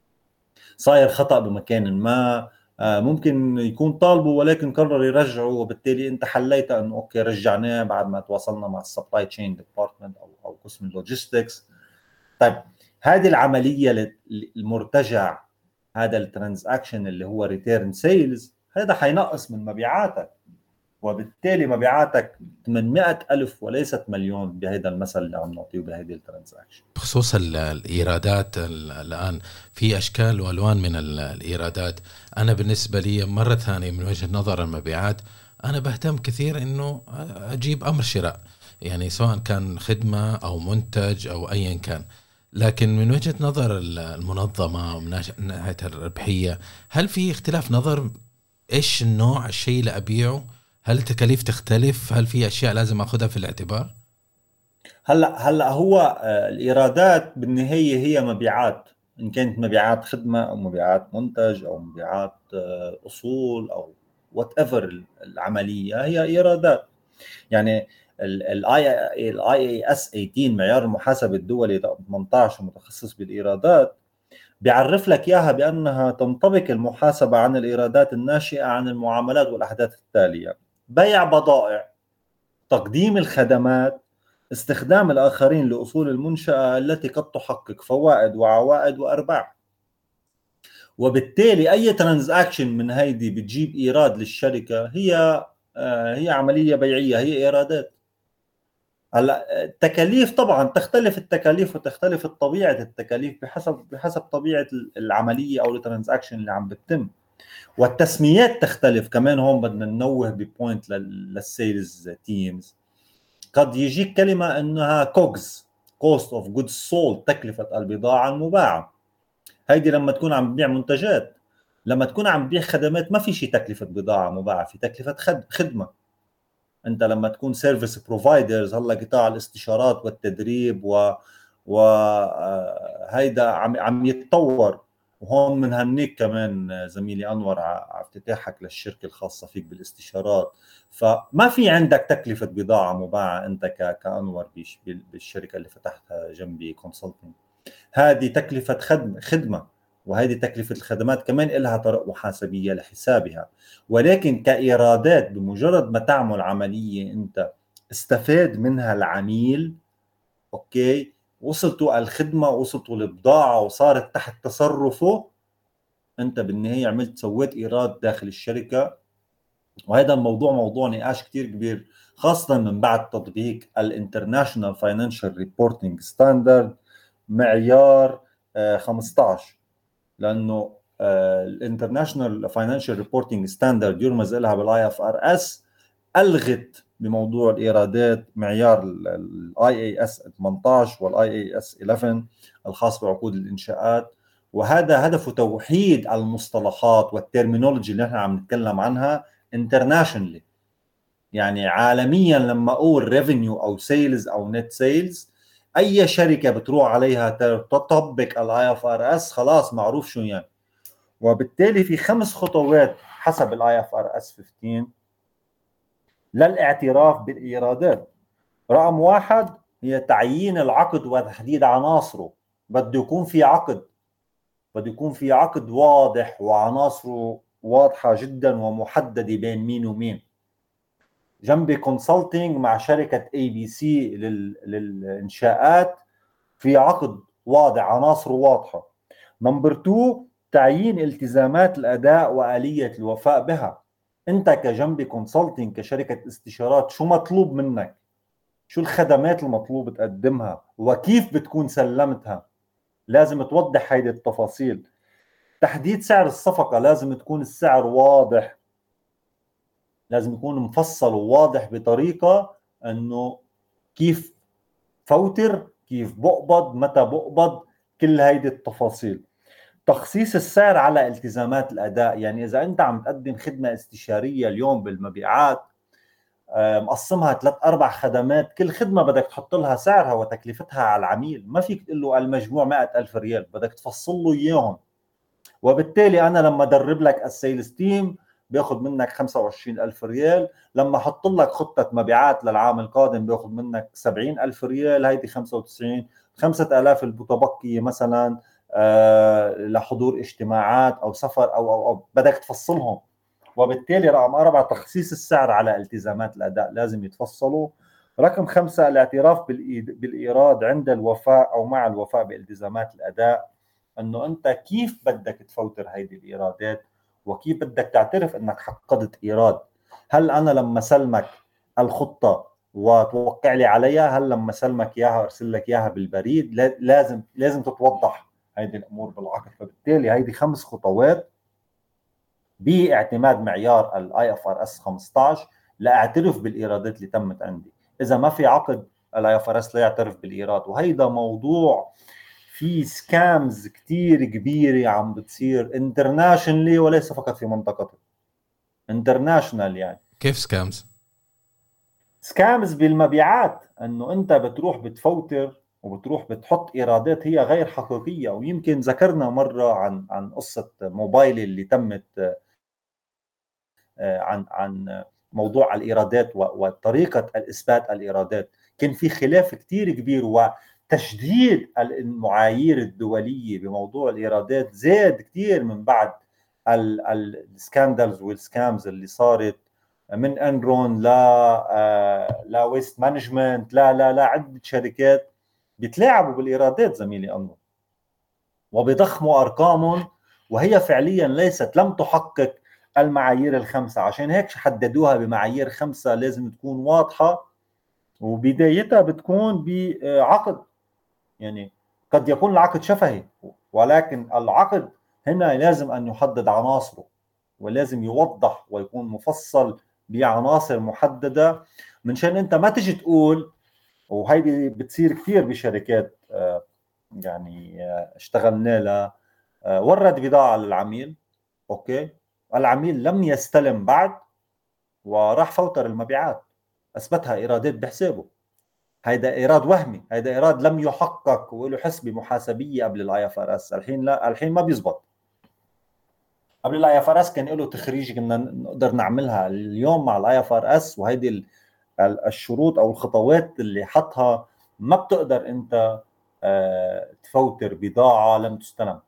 صاير خطا بمكان ما، ممكن يكون طالبه ولكن قرر يرجعه، وبالتالي انت حليت انه اوكي رجعناه بعد ما تواصلنا مع السبلاي تشين ديبارتمنت او او قسم اللوجيستكس. طيب هذه العمليه المرتجع، هذا الترانزاكشن اللي هو ريتيرن سيلز، هذا حينقص من مبيعاتك، وبالتالي مبيعاتك ثمانمئة ألف وليست مليون بهذا المثل اللي عم نعطيه بهذه الترانزاكشن. بخصوص الإيرادات الآن في أشكال وألوان من الإيرادات. أنا بالنسبة لي مرة ثانية من وجهة نظر المبيعات أنا بهتم كثير إنه أجيب أمر شراء، يعني سواء كان خدمة أو منتج أو أيا كان. لكن من وجهة نظر المنظمة ومن ناحية الربحية، هل في اختلاف نظر إيش النوع الشيء اللي أبيعه؟ هل التكاليف تختلف؟ هل في أشياء لازم أخذها في الاعتبار؟ هلا هلا هو الايرادات بالنهايه هي مبيعات، ان كانت مبيعات خدمه او مبيعات منتج او مبيعات اصول او وات ايفر العمليه، هي ايرادات. يعني الاي اي اس ثمانية عشر معيار المحاسبه الدولي ثمانية عشر متخصص بالايرادات، بيعرف لك اياها بانها تنطبق المحاسبه عن الايرادات الناشئه عن المعاملات والاحداث التاليه: بيع بضائع، تقديم الخدمات، استخدام الآخرين لأصول المنشأة التي قد تحقق فوائد وعوائد وأرباح. وبالتالي أي ترانزاكشن من هيدي بتجيب إيراد للشركة هي هي عملية بيعية، هي إيرادات. هلا التكاليف طبعا تختلف، التكاليف وتختلف طبيعة التكاليف بحسب بحسب طبيعة العملية أو الترانزاكشن اللي عم بتتم، والتسميات تختلف كمان. هون بدنا ننوه ببوينت للسيلز تيمز، قد يجيك كلمة انها كوجز، كوست اوف جودز سولد، تكلفة البضاعة المباعة. هيدي لما تكون عم تبيع منتجات. لما تكون عم تبيع خدمات ما في شيء تكلفة بضاعة مباعة، في تكلفة خدمة. انت لما تكون سيرفيس بروفايدرز، هلا قطاع الاستشارات والتدريب و وهيدا عم عم يتطور. وهون من هنيك كمان زميلي انور على افتتاحك للشركه الخاصه فيك بالاستشارات. فما في عندك تكلفه بضاعه مباعه انت كانور بالشركه اللي فتحتها جنبي كونسلتنج، هذه تكلفه خدمه خدمه وهذه تكلفة الخدمات كمان لها طرق محاسبية لحسابها. ولكن كإيرادات بمجرد ما تعمل عملية أنت استفاد منها العميل، أوكي، وصلتوا الخدمة وصلتوا البضاعة وصارت تحت تصرفه، أنت بالنهاية عملت سويت إيراد داخل الشركة. وهذا الموضوع موضوع نقاش كتير كبير، خاصة من بعد تطبيق الانترناشنال فاينانشال ريبورتينج ستاندرد معيار خمسة عشر، لأنه الانترناشنال فاينانشال ريبورتينج ستاندرد يرمز لها بالاي اف ار اس ألغت بموضوع الإيرادات معيار الاي اي اس ثمانية عشر والاي اي اس إحدى عشر الخاص بعقود الإنشاءات. وهذا هدفه توحيد المصطلحات والترمينولوجي اللي نحن عم نتكلم عنها internationally، يعني عالميا. لما اقول revenue او sales او net sales، اي شركه بتروح عليها تطبق الاي اف ار اس خلاص معروف شو يعني. وبالتالي في خمس خطوات حسب الاي اف ار اس خمسة عشر للاعتراف بالايرادات. رقم واحد هي تعيين العقد وتحديد عناصره. بده يكون في عقد، بده يكون في عقد واضح وعناصره واضحة جدا ومحددة بين مين ومين. جنبي كونسلتينج مع شركة اي بي سي للإنشاءات، في عقد واضح عناصره واضحة. نمبر تو، تعيين التزامات الأداء وآلية الوفاء بها. انت كجنبي كونسلتينج كشركة استشارات شو مطلوب منك، شو الخدمات المطلوب تقدمها وكيف بتكون سلمتها، لازم توضح هيدي التفاصيل. تحديد سعر الصفقة، لازم تكون السعر واضح، لازم يكون مفصل وواضح بطريقة انه كيف فوتر، كيف بقبض، متى بقبض، كل هيدي التفاصيل. تخصيص السعر على التزامات الأداء، يعني إذا أنت عم تقدم خدمة استشارية اليوم بالمبيعات مقسمها ثلاث أربع خدمات، كل خدمة بدك تحط لها سعرها وتكلفتها على العميل. ما فيك تقول له المجموع مئة ألف ريال، بدك تفصل له إياهم. وبالتالي أنا لما أدرب لك السيلز تيم بياخد منك خمسة وعشرين ألف ريال، لما أحط لك خطة مبيعات للعام القادم بياخد منك سبعين ألف ريال، هيدي خمسة وتسعين، خمسة آلاف المتبقية مثلا آه لحضور اجتماعات أو سفر أو, أو, أو بدك تفصلهم. وبالتالي رقم أربعة تخصيص السعر على التزامات الأداء، لازم يتفصلوا. رقم خمسة الاعتراف بالإيراد عند الوفاء أو مع الوفاء بالتزامات الأداء، انه انت كيف بدك تفوتر هيدي الايرادات وكيف بدك تعترف انك حققت ايراد. هل انا لما سلمك الخطه وتوقع لي عليها، هل لما سلمك اياها ارسل لك اياها بالبريد، لازم لازم تتوضح هيدي الامور بالعقد. فبالتالي هيدي خمس خطوات باعتماد معيار الاي اف ار اس خمسة عشر لاعترف بالايرادات اللي تمت عندي. اذا ما في عقد الاي اف ار اس لا يعترف بالايراد. وهيدا موضوع في سكامز كتير كبيرة عم بتصير انترناشنالي وليس فقط في منطقته. انترناشنال يعني كيف سكامز؟ سكامز بالمبيعات، انه انت بتروح بتفوتر وبتروح بتحط ايرادات هي غير حقيقية. ويمكن ذكرنا مرة عن عن قصة موبايلي اللي تمت عن عن موضوع الايرادات وطريقة الاثبات الايرادات. كان في خلاف كتير كبير، و تشديد المعايير الدولية بموضوع الإيرادات زاد كتير من بعد السكاندلز والسكامز اللي صارت من انرون لا لا ويست مانجمنت لا لا لا عدة شركات بيتلاعبوا بالإيرادات زميلي أنه وبيضخموا أرقامهم، وهي فعليا ليست لم تحقق المعايير الخمسة. عشان هيك حددوها بمعايير خمسة لازم تكون واضحة، وبدايتها بتكون بعقد. يعني قد يكون العقد شفهي، ولكن العقد هنا لازم أن يحدد عناصره ولازم يوضح ويكون مفصل بعناصر محددة، من شان أنت ما تجي تقول. وهيدي بتصير كثير بشركات يعني اشتغلنا لها، ورد بضاعة للعميل، أوكي، العميل لم يستلم بعد وراح فوتر المبيعات، أثبتها إيرادات بحسابه. هيدا ايراد وهمي، هيدا ايراد لم يحقق وله حسبه محاسبيه قبل الاي اف ار اس. الحين لا، الحين ما بيزبط. قبل الاي اف ار اس كان له تخريج كنا نقدر نعملها. اليوم مع الاي اف ار اس وهيدي الشروط او الخطوات اللي حطها ما بتقدر انت تفوتر بضاعه لم تستلم.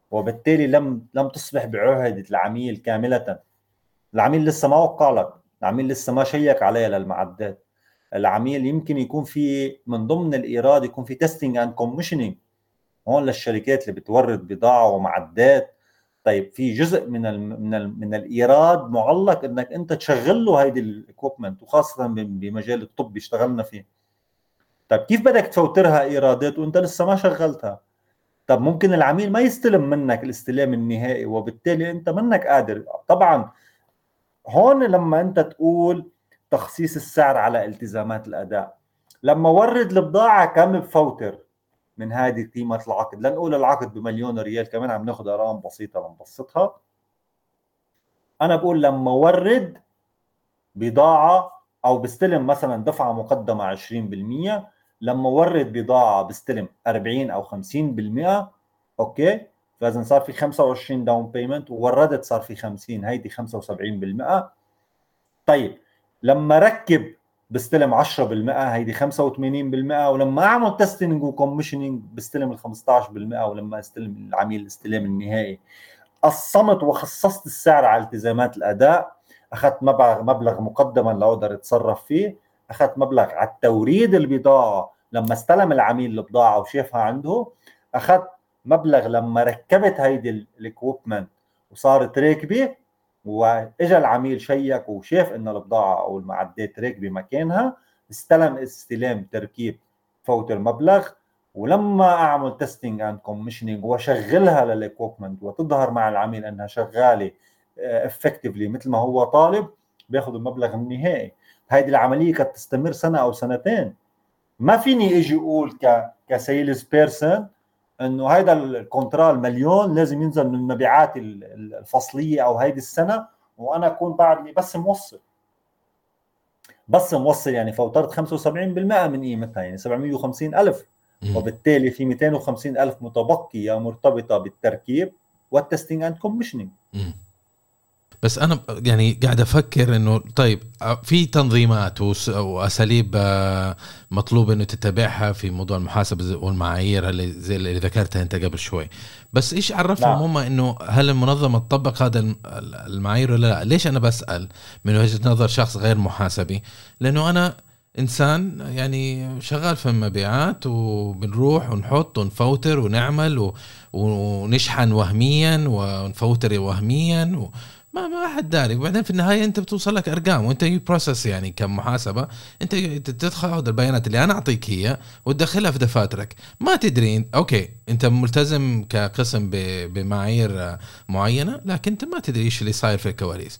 وبالتالي لم لم تصبح بعهدة العميل كاملة. العميل لسه ما وقع لك، العميل لسه ما شيك عليها للمعدات. العميل يمكن يكون في من ضمن الإيراد يكون في تيستينج اند كوميشنينج هون للشركات اللي بتورد بضاعة ومعدات. طيب في جزء من ال من ال من الإيراد معلق انك انت تشغل له هيدي الاكويبمنت، وخاصة بمجال الطب اشتغلنا فيه. طيب كيف بدك تفوترها ايرادات وانت لسه ما شغلتها؟ طب ممكن العميل ما يستلم منك الاستلام النهائي، وبالتالي انت منك قادر. طبعا هون لما انت تقول تخصيص السعر على التزامات الاداء، لما ورد البضاعه كم بفوتر من هذه قيمه العقد. لنقول العقد بمليون ريال، كمان عم ناخذ ارقام بسيطه لنبسطها. انا بقول لما ورد بضاعه او بستلم مثلا دفعه مقدمه عشرين بالمية، لما ورد بضاعه بستلم أربعين او خمسين بالمية. اوكي، فاذا صار في خمسة وعشرين داون بيمنت ووردت صار في خمسين، هيدي خمسة وسبعين بالمية. طيب لما ركب بستلم عشرة بالمية، هيدي خمسة وثمانين بالمية. ولما اعمل تستنج وكوميشنينج بستلم ال خمسطعش بالمية. ولما استلم العميل الاستلام النهائي، قسمت وخصصت السعر على التزامات الاداء. اخذت مبلغ مبلغ مقدما لاقدر اتصرف فيه، اخذت مبلغ على التوريد البضاعه لما استلم العميل البضاعه وشافها عنده، اخذت مبلغ لما ركبت هيدي الاكويبمنت وصارت راكبه، واجا العميل شيك وشاف انه البضاعه او المعدات راكبه مكانها، استلم استلام تركيب فوت المبلغ. ولما اعمل تيستينج اند كوميشنينج واشغلها للاكويبمنت وتظهر مع العميل انها شغاله افكتفلي مثل ما هو طالب، بياخذ المبلغ النهائي. هيدي العمليه قد تستمر سنه او سنتين. ما فيني اجي اقول ك كسيلز بيرسون انه هيدا الكونترال مليون لازم ينزل من المبيعات الفصليه او هيدي السنه، وانا اكون بعدني بس موصل بس موصل يعني فوترت خمسة وسبعين بالمية من قيمتها، يعني سبعمية وخمسين ألف. وبالتالي في مئتين وخمسين ألف متبقية مرتبطة بالتركيب والتستينج اند كوميشنينج. بس أنا يعني قاعد أفكر إنه طيب في تنظيمات وأساليب مطلوب إنه تتبعها في موضوع المحاسبة والمعايير اللي زي اللي ذكرتها أنت قبل شوي، بس إيش عرفهم هم إنه هل المنظمة تطبق هذا المعايير ولا لا؟ ليش أنا بسأل من وجهة نظر شخص غير محاسبي؟ لأنه أنا إنسان يعني شغال في المبيعات، وبنروح ونحط ونفوتر ونعمل و... ونشحن وهميا ونفوتر وهميا و... ما ما حد داري. وبعدين في النهاية أنت بتوصل لك أرقام وأنت بروسس، يعني كمحاسبة أنت تدخل البيانات اللي أنا أعطيك هي وتدخلها في دفاترك. ما تدرين أوكي أنت ملتزم كقسم بمعايير معينة، لكن أنت ما تدري إيش اللي صاير في الكواليس.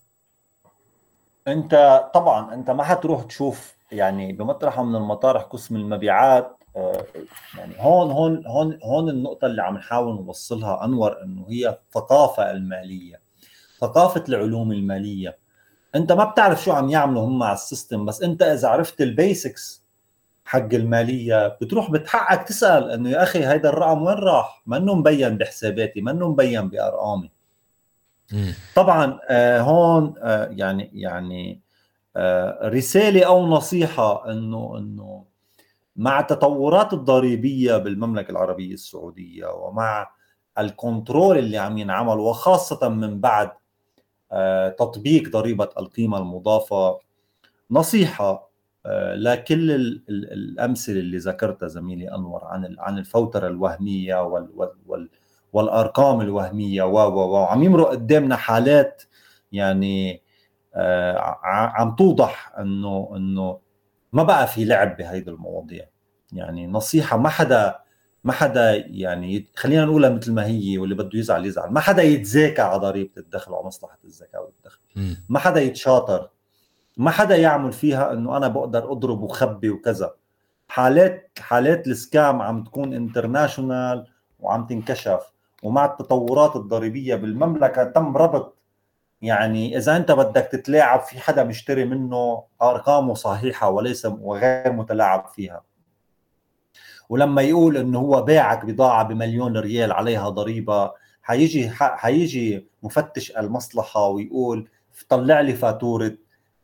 انت طبعا انت ما حتروح تشوف يعني بمطرحه من المطارح قسم المبيعات. يعني هون هون هون هون النقطه اللي عم نحاول نوصلها انور، انه هي الثقافه الماليه، ثقافه العلوم الماليه. انت ما بتعرف شو عم يعملوا هم على السيستم، بس انت اذا عرفت البيسكس حق الماليه بتروح بتحقق تسال انه يا اخي هيدا الرقم وين راح؟ ما انه مبين بحساباتي، ما انه مبين بارقامي. طبعا آه هون آه يعني يعني آه رساله او نصيحه انه انه مع التطورات الضريبيه بالمملكه العربيه السعوديه، ومع الكنترول اللي عم ينعمل، وخاصه من بعد آه تطبيق ضريبه القيمه المضافه، نصيحه آه لكل ال ال الامثله اللي ذكرتها زميلي انور عن عن الفوتره الوهميه وال وال وال والارقام الوهميه و و وعم يمرق قدامنا حالات يعني آه عم توضح انه انه ما بقى في لعب بهيدي المواضيع. يعني نصيحه، ما حدا ما حدا يعني خلينا نقولها مثل ما هي، واللي بده يزعل يزعل. ما حدا يتذاكى على ضريبه الدخل ومصلحه الزكاه والدخل. ما حدا يتشاطر، ما حدا يعمل فيها انه انا بقدر اضرب وخبي وكذا. حالات حالات السكام عم تكون انترناشونال وعم تنكشف. ومع التطورات الضريبيه بالمملكه تم ربط، يعني اذا انت بدك تتلاعب في حدا مشتري منه ارقامه صحيحه وليس وغير متلاعب فيها. ولما يقول انه هو باعك بضاعه بمليون ريال عليها ضريبه، حيجي حيجي مفتش المصلحه ويقول طلع لي فاتوره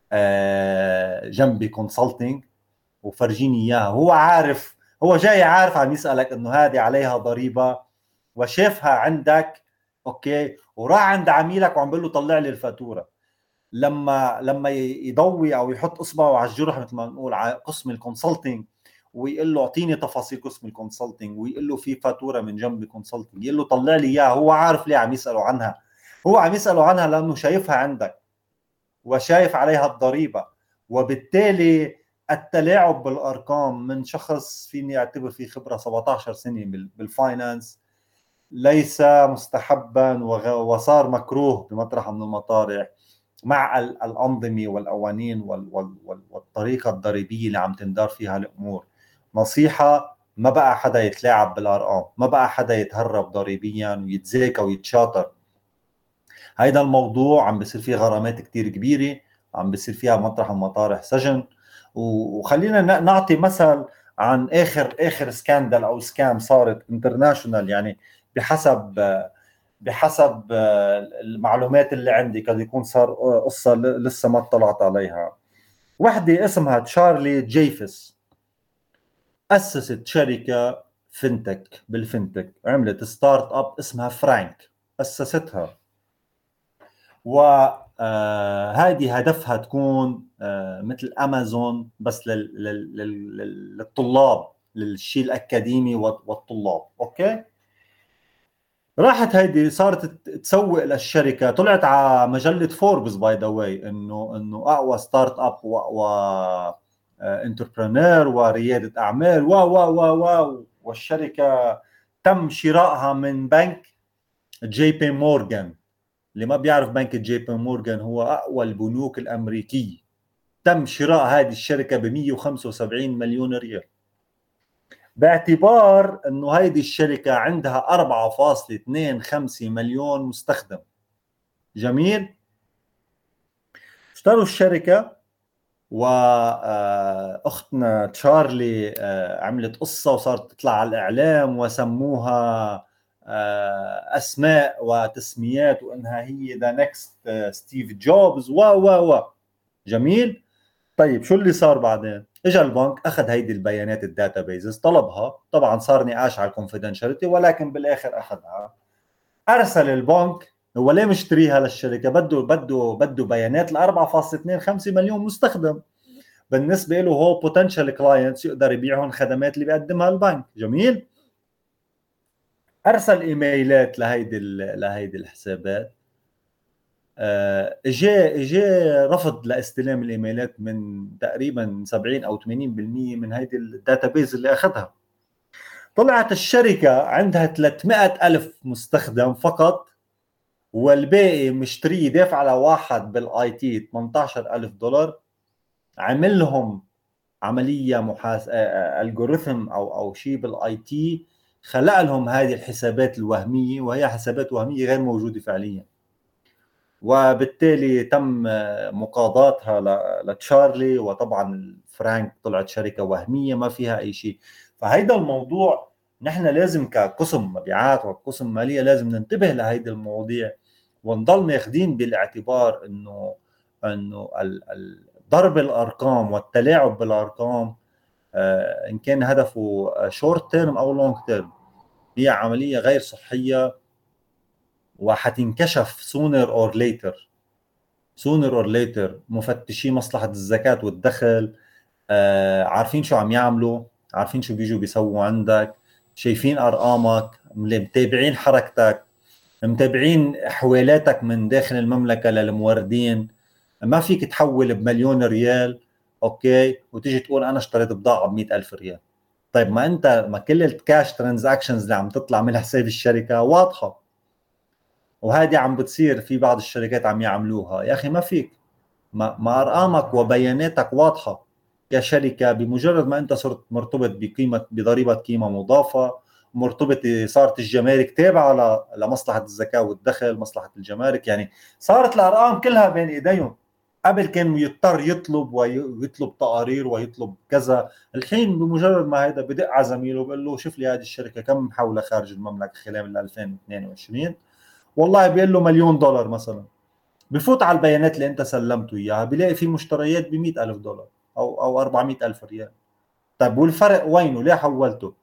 جنبي كونسلتنج وفرجيني اياها. هو عارف، هو جاي عارف عم يسالك انه هذه عليها ضريبه، وشافها عندك اوكي، وراح عند عميلك وعم بيقول له طلع لي الفاتوره، لما لما يضوي او يحط اصبعه على الجرح مثل ما نقول على قسم الكونسلتنج ويقول له اعطيني تفاصيل قسم الكونسلتنج، ويقول له في فاتوره من جنب الكونسلتنج، يقول له طلع لي اياها، هو عارف ليه عم يساله عنها، هو عم يساله عنها لانه شايفها عندك وشايف عليها الضريبه، وبالتالي التلاعب بالارقام من شخص فيني اعتبر فيه خبره سبعة عشر سنه بالفاينانس ليس مستحبا وصار مكروه بمطرح من المطارح مع الأنظمة والقوانين والطريقة الضريبية اللي عم تندار فيها الأمور. نصيحة، ما بقى حدا يتلاعب بالأرقام، ما بقى حدا يتهرب ضريبيا ويتزاكى ويتشاطر. هيدا الموضوع عم بيصير فيه غرامات كتير كبيرة، عم بيصير فيها مطرح المطارح سجن. وخلينا نعطي مثل عن آخر آخر سكاندل أو سكام صارت انترناشونال، يعني بحسب بحسب المعلومات اللي عندي قد يكون صار قصة لسه ما اطلعت عليها. وحدة اسمها تشارلي جيفس أسست شركة فينتك بالفينتك، عملت ستارت اب اسمها فرانك، أسستها، وهذه هدفها تكون مثل أمازون بس للطلاب، للشيء الأكاديمي والطلاب. أوكي، راحت هيدي صارت تسوق للشركه، طلعت على مجله فوربس باي ذا واي انه انه اقوى ستارت اب واقوى انتربرينور ورياده اعمال و و و و والشركه تم شرائها من بنك جي بي مورغان. اللي ما بيعرف بنك جي بي مورغان هو اقوى البنوك الامريكيه. تم شراء هذه الشركه ب مئة وخمسة وسبعين مليون ريال، باعتبار انه هيدي الشركة عندها أربعة فاصلة اثنين وخمسين مليون مستخدم. جميل. اشتروا الشركة، واختنا تشارلي عملت قصة وصارت تطلع على الاعلام وسموها اسماء وتسميات وانها هي ذا نكست ستيف جوبز و و و جميل. طيب شو اللي صار بعدين؟ اجى البنك اخذ هيدي البيانات الداتابيزز، طلبها، طبعا صار نقاش على الكونفيدنشاليتي ولكن بالاخر اخذها. ارسل البنك، هو ليه مشتريها للشركه؟ بده بده بده بيانات ل أربعة فاصلة اثنين وخمسين مليون مستخدم، بالنسبه له هو بوتنشال كلاينتس يقدر يبيعهم خدمات اللي بيقدمها البنك. جميل. ارسل ايميلات لهيدي لهيدي الحسابات، اجى اجى رفض لاستلام الايميلات من تقريبا سبعين او ثمانين بالمئة من هيدي الداتابيز اللي اخذها. طلعت الشركه عندها ثلاثمئة ألف مستخدم فقط، والباقي مشتري دافع على واحد بالاي تي ثمانية عشر ألف دولار، عمل لهم عمليه محاس الجوريثم او او شيء بالاي تي، خلق لهم هذه الحسابات الوهميه، وهي حسابات وهميه غير موجوده فعليا، وبالتالي تم مقاضاتها لتشارلي، وطبعا فرانك طلعت شركة وهمية ما فيها أي شيء. فهيدا الموضوع نحن لازم كقسم مبيعات وقسم مالية لازم ننتبه لهيدا المواضيع، ونضل ماخدين بالاعتبار إنه إنه ضرب الأرقام والتلاعب بالأرقام إن كان هدفه شورت تيرم أو لونج تيرم هي عملية غير صحية، وحتنكشف sooner or later sooner or later. مفتشي مصلحة الزكاة والدخل آه عارفين شو عم يعملوا، عارفين شو بيجوا بيسووا عندك، شايفين أرقامك، متابعين حركتك، متابعين حوالاتك من داخل المملكة للموردين. ما فيك تحول بمليون ريال أوكي وتيجي تقول أنا اشتريت بضاعة بمئة ألف ريال. طيب ما أنت ما كل الكاش ترانزاكشنز اللي عم تطلع من حساب الشركة واضحة، وهذه عم بتصير في بعض الشركات عم يعملوها. يا أخي ما فيك، ما, ما أرقامك وبياناتك واضحة يا شركة، بمجرد ما أنت صرت مرتبط بقيمة بضريبة قيمة مضافة، مرتبط صارت الجمارك تابعة لمصلحة الزكاة والدخل، مصلحة الجمارك، يعني صارت الأرقام كلها بين إيديهم. قبل كان يضطر يطلب ويطلب تقارير ويطلب كذا، الحين بمجرد ما هيدا بدق على زميله بقول له شوف لي هذه الشركة كم محولة خارج المملكة خلال ألفين واثنين وعشرين، والله بيقول له مليون دولار مثلا، بفوت على البيانات اللي انت سلمته اياها بيلاقي في مشتريات ب مئة ألف دولار او او أربعمئة ألف ريال. طيب والفرق وينه؟ ليه حولته؟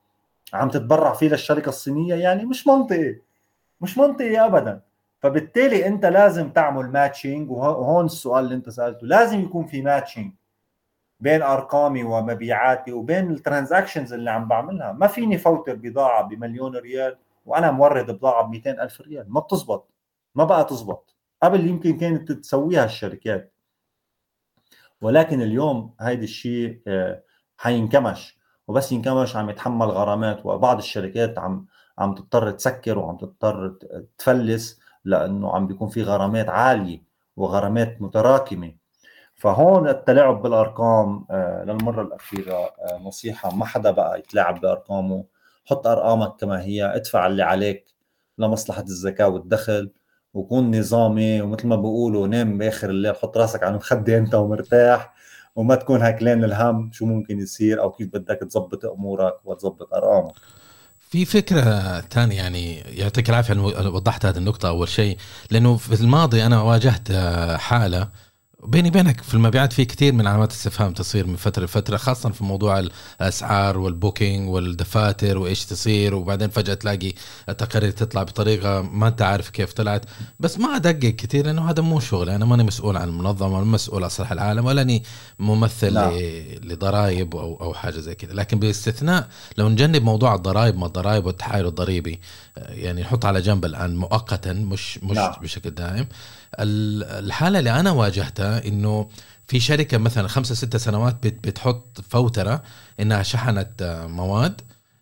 عم تتبرع فيه للشركة الصينية، يعني مش منطقي، مش منطقي أبدا. فبالتالي أنت لازم تعمل ماتشنج، وهون السؤال اللي أنت سألته، لازم يكون في ماتشنج بين أرقامي ومبيعاتي وبين الترانزاكشنز اللي عم بعملها. ما فيني فوتر بضاعة بمليون ريال وأنا مورد بضاعة ب مئتين ألف ريال، ما بتزبط، ما بقى تزبط. قبل يمكن كانت تسويها الشركات، ولكن اليوم هيدا الشيء حينكمش، وبس ينكمش عم يتحمل غرامات، وبعض الشركات عم عم تضطر تسكر وعم تضطر تفلس، لأنه عم بيكون في غرامات عالية وغرامات متراكمة. فهون التلاعب بالأرقام للمرة الأخيرة نصيحة، ما حدا بقى يتلاعب بأرقامه. حط أرقامك كما هي، ادفع اللي عليك لمصلحة الزكاة والدخل، وكون نظامي، ومثل ما بيقولوا نام بآخر الليل، حط راسك على المخدة أنت ومرتاح، وما تكون هكلان الهم شو ممكن يصير أو كيف بدك تزبط أمورك وتزبط أرقامك. في فكرة تانية، يعني يعطيك العافية أنه وضحت هذه النقطة أول شيء، لأنه في الماضي أنا واجهت حالة بيني بينك في المبيعات، في كثير من علامات استفهام تصير من فترة لفترة، خاصة في موضوع الأسعار والبوكينج والدفاتر وإيش تصير، وبعدين فجأة تلاقي التقارير تطلع بطريقة ما أنت عارف كيف طلعت. بس ما أدقق كثير لأنه هذا مو شغل، أنا ماني مسؤول عن المنظمة ولا مسؤول عن صلاح العالم، ولا أني ممثل لا. لضرائب أو أو حاجة زي كذا. لكن باستثناء لو نجنب موضوع الضرائب، ما الضرائب والتحايل الضريبي يعني نحط على جنب الآن مؤقتا، مش مش لا. بشكل دائم. الحالة اللي أنا واجهتها إنه في شركة مثلا خمسة ستة سنوات بتحط فوترة إنها شحنت مواد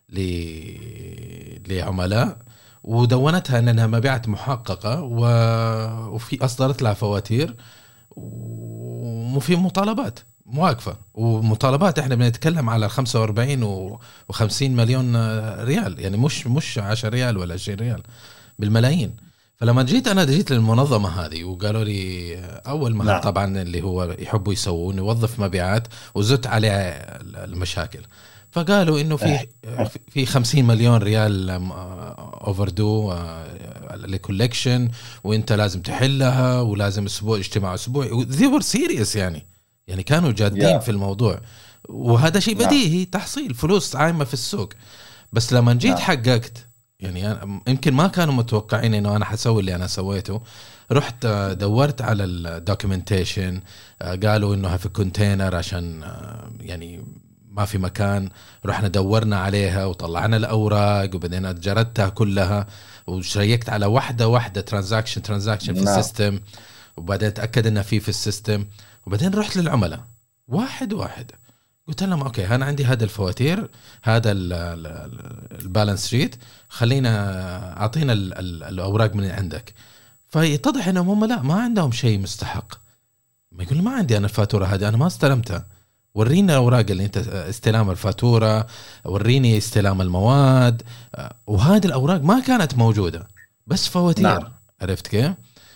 لعملاء، ودونتها إنها مبيعات محققة، وفي أصدرت لها فواتير، وفي مطالبات مواقفة ومطالبات. إحنا بنتكلم على خمسة وأربعين وخمسين مليون ريال، يعني مش مش عشرة ريال ولا عشرين ريال، بالملايين. فلما جيت أنا جيت للمنظمة هذه وقالوا لي أول ما طبعا اللي هو يحبوا يسوون يوظف مبيعات، وزدت عليه المشاكل. فقالوا إنه في في خمسين مليون ريال أوفردو لكولكشن، وإنت لازم تحلها، ولازم أسبوع اجتماع أسبوعي. they were serious يعني يعني كانوا جادين yeah. في الموضوع. وهذا شيء بديهي، تحصيل فلوس عايمة في السوق. بس لما جيت yeah. حققت، يعني يمكن ما كانوا متوقعين إنه أنا حسوي اللي أنا سويته. رحت دورت على الدوكيومنتيشن، قالوا إنها في كونتينر عشان يعني ما في مكان. رحنا دورنا عليها وطلعنا الأوراق، وبدينا جردتها كلها، وشيكت على واحدة واحدة ترانزاكشن ترانزاكشن في no. السيستم، وبعدين تأكد إنها في في السيستم. وبعدين رحت للعملاء واحد واحد، قلت لهم أوكي أنا عندي هذا الفواتير، هذا البالانس شيت، خلينا أعطينا الأوراق من عندك. فيتضح إنهم هم لا ما عندهم شيء مستحق. ما يقول ما عندي أنا الفاتورة هذه، أنا ما استلمتها، ورينا الأوراق اللي أنت استلام الفاتورة، وريني استلام المواد. وهذه الأوراق ما كانت موجودة، بس فواتير. نعم. عرفت كيف؟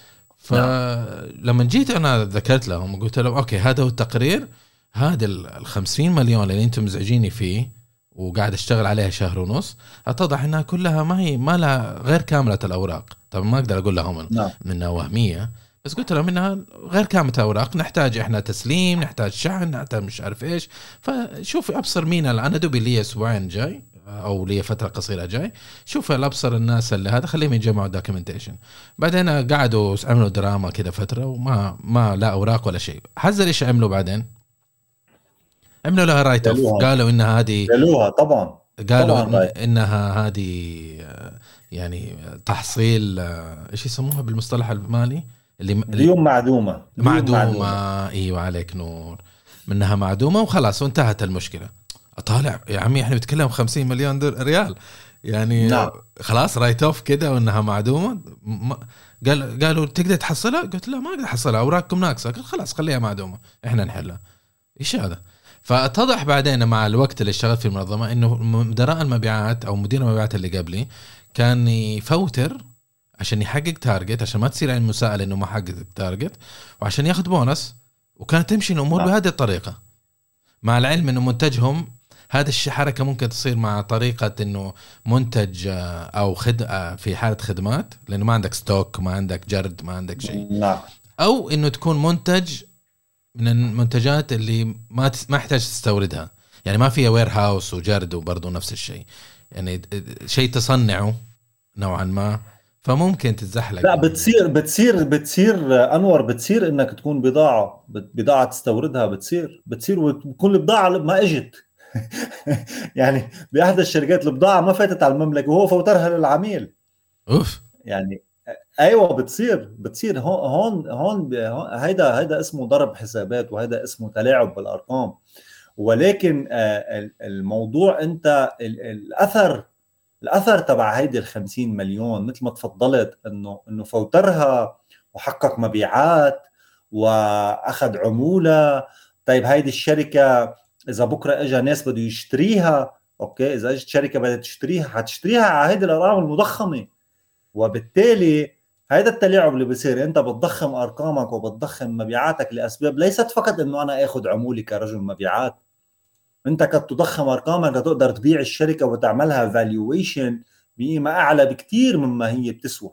فلما جيت أنا ذكرت لهم وقلت لهم أوكي هذا هو التقرير، هذا الخمسين مليون اللي أنتم مزعجيني فيه وقاعد اشتغل عليها شهر ونص، اتضح انها كلها ما هي ما لها غير كاملة الأوراق. طبعا ما أقدر أقول لهم منها وهمية، بس قلت لهم إنها غير كاملة الأوراق، نحتاج إحنا تسليم، نحتاج شحن، نحتاج مش عارف إيش. فشوف أبصر مين، أنا دوبي لي أسبوعين جاي أو لي فترة قصيرة جاي، شوف الأبصر الناس اللي هذا خليهم يجمعوا دوكيومنتيشن. بعدين قعدوا عملوا دراما كده فترة، وما ما لا أوراق ولا شيء. حذر إيش عملوا بعدين؟ عملوا لها رايت اوف، قالوا إنها هذه قالوها طبعا قالوا طبعاً إن إنها هذه يعني تحصيل إيش يسموها بالمصطلح المالي اللي ديون معدومة معدومة, معدومة. ايوه عليك نور، منها معدومة وخلاص وانتهت المشكلة. اطالع يا عمي احنا بنتكلم خمسين مليون ريال يعني نعم. خلاص رايت اوف كده وانها معدومة. قال قالوا تقدر تحصلها؟ قلت لا ما اقدر احصلها، اوراقكم ناقصة. قلت خلاص خليها معدومة احنا نحلها. ايش هذا؟ فاتضح بعدين مع الوقت اللي اشتغلت في المنظمة انه مدراء المبيعات او مدير المبيعات اللي قبلي كان يفوتر عشان يحقق تارجت، عشان ما تصير عن مساءلة انه ما حقق تارجت، وعشان ياخذ بونص. وكانت تمشي الامور نعم. بهذه الطريقة، مع العلم انه منتجهم هذا الحركة ممكن تصير مع طريقة انه منتج او خد في حالة خدمات، لانه ما عندك ستوك، ما عندك جرد، ما عندك شيء نعم. او انه تكون منتج من المنتجات اللي ما ما يحتاج تستوردها، يعني ما فيها وير هاوس وجرد وبرضه نفس الشيء. يعني شيء تصنعه نوعا ما، فممكن تتزحلق. لا بتصير بتصير بتصير انور، بتصير انك تكون بضاعه بضاعه تستوردها، بتصير بتصير وتكون البضاعه ما اجت. يعني باحدى الشركات البضاعه ما فاتت على المملكه وهو فوترها للعميل. اوف. يعني ايوه بتصير بتصير هون هون هون هيدا هيدا اسمه ضرب حسابات، وهيدا اسمه تلاعب بالارقام. ولكن الموضوع انت الاثر الاثر تبع هيدي الخمسين مليون مثل ما تفضلت انه انه فوترها وحقق مبيعات واخذ عموله. طيب هيدي الشركه اذا بكره اجى ناس بده يشتريها، اوكي، اذا اجت شركه بدها تشتريها حتشتريها على هيدي الارقام المضخمه. وبالتالي هيدا التلاعب اللي بصير، انت بتضخم ارقامك وبتضخم مبيعاتك لاسباب ليست فقط انه انا اخذ عمولي كرجل مبيعات. انت قد تضخم ارقامك لتقدر تبيع الشركه وتعملها فالويشن بقيمه اعلى بكثير مما هي بتسوى.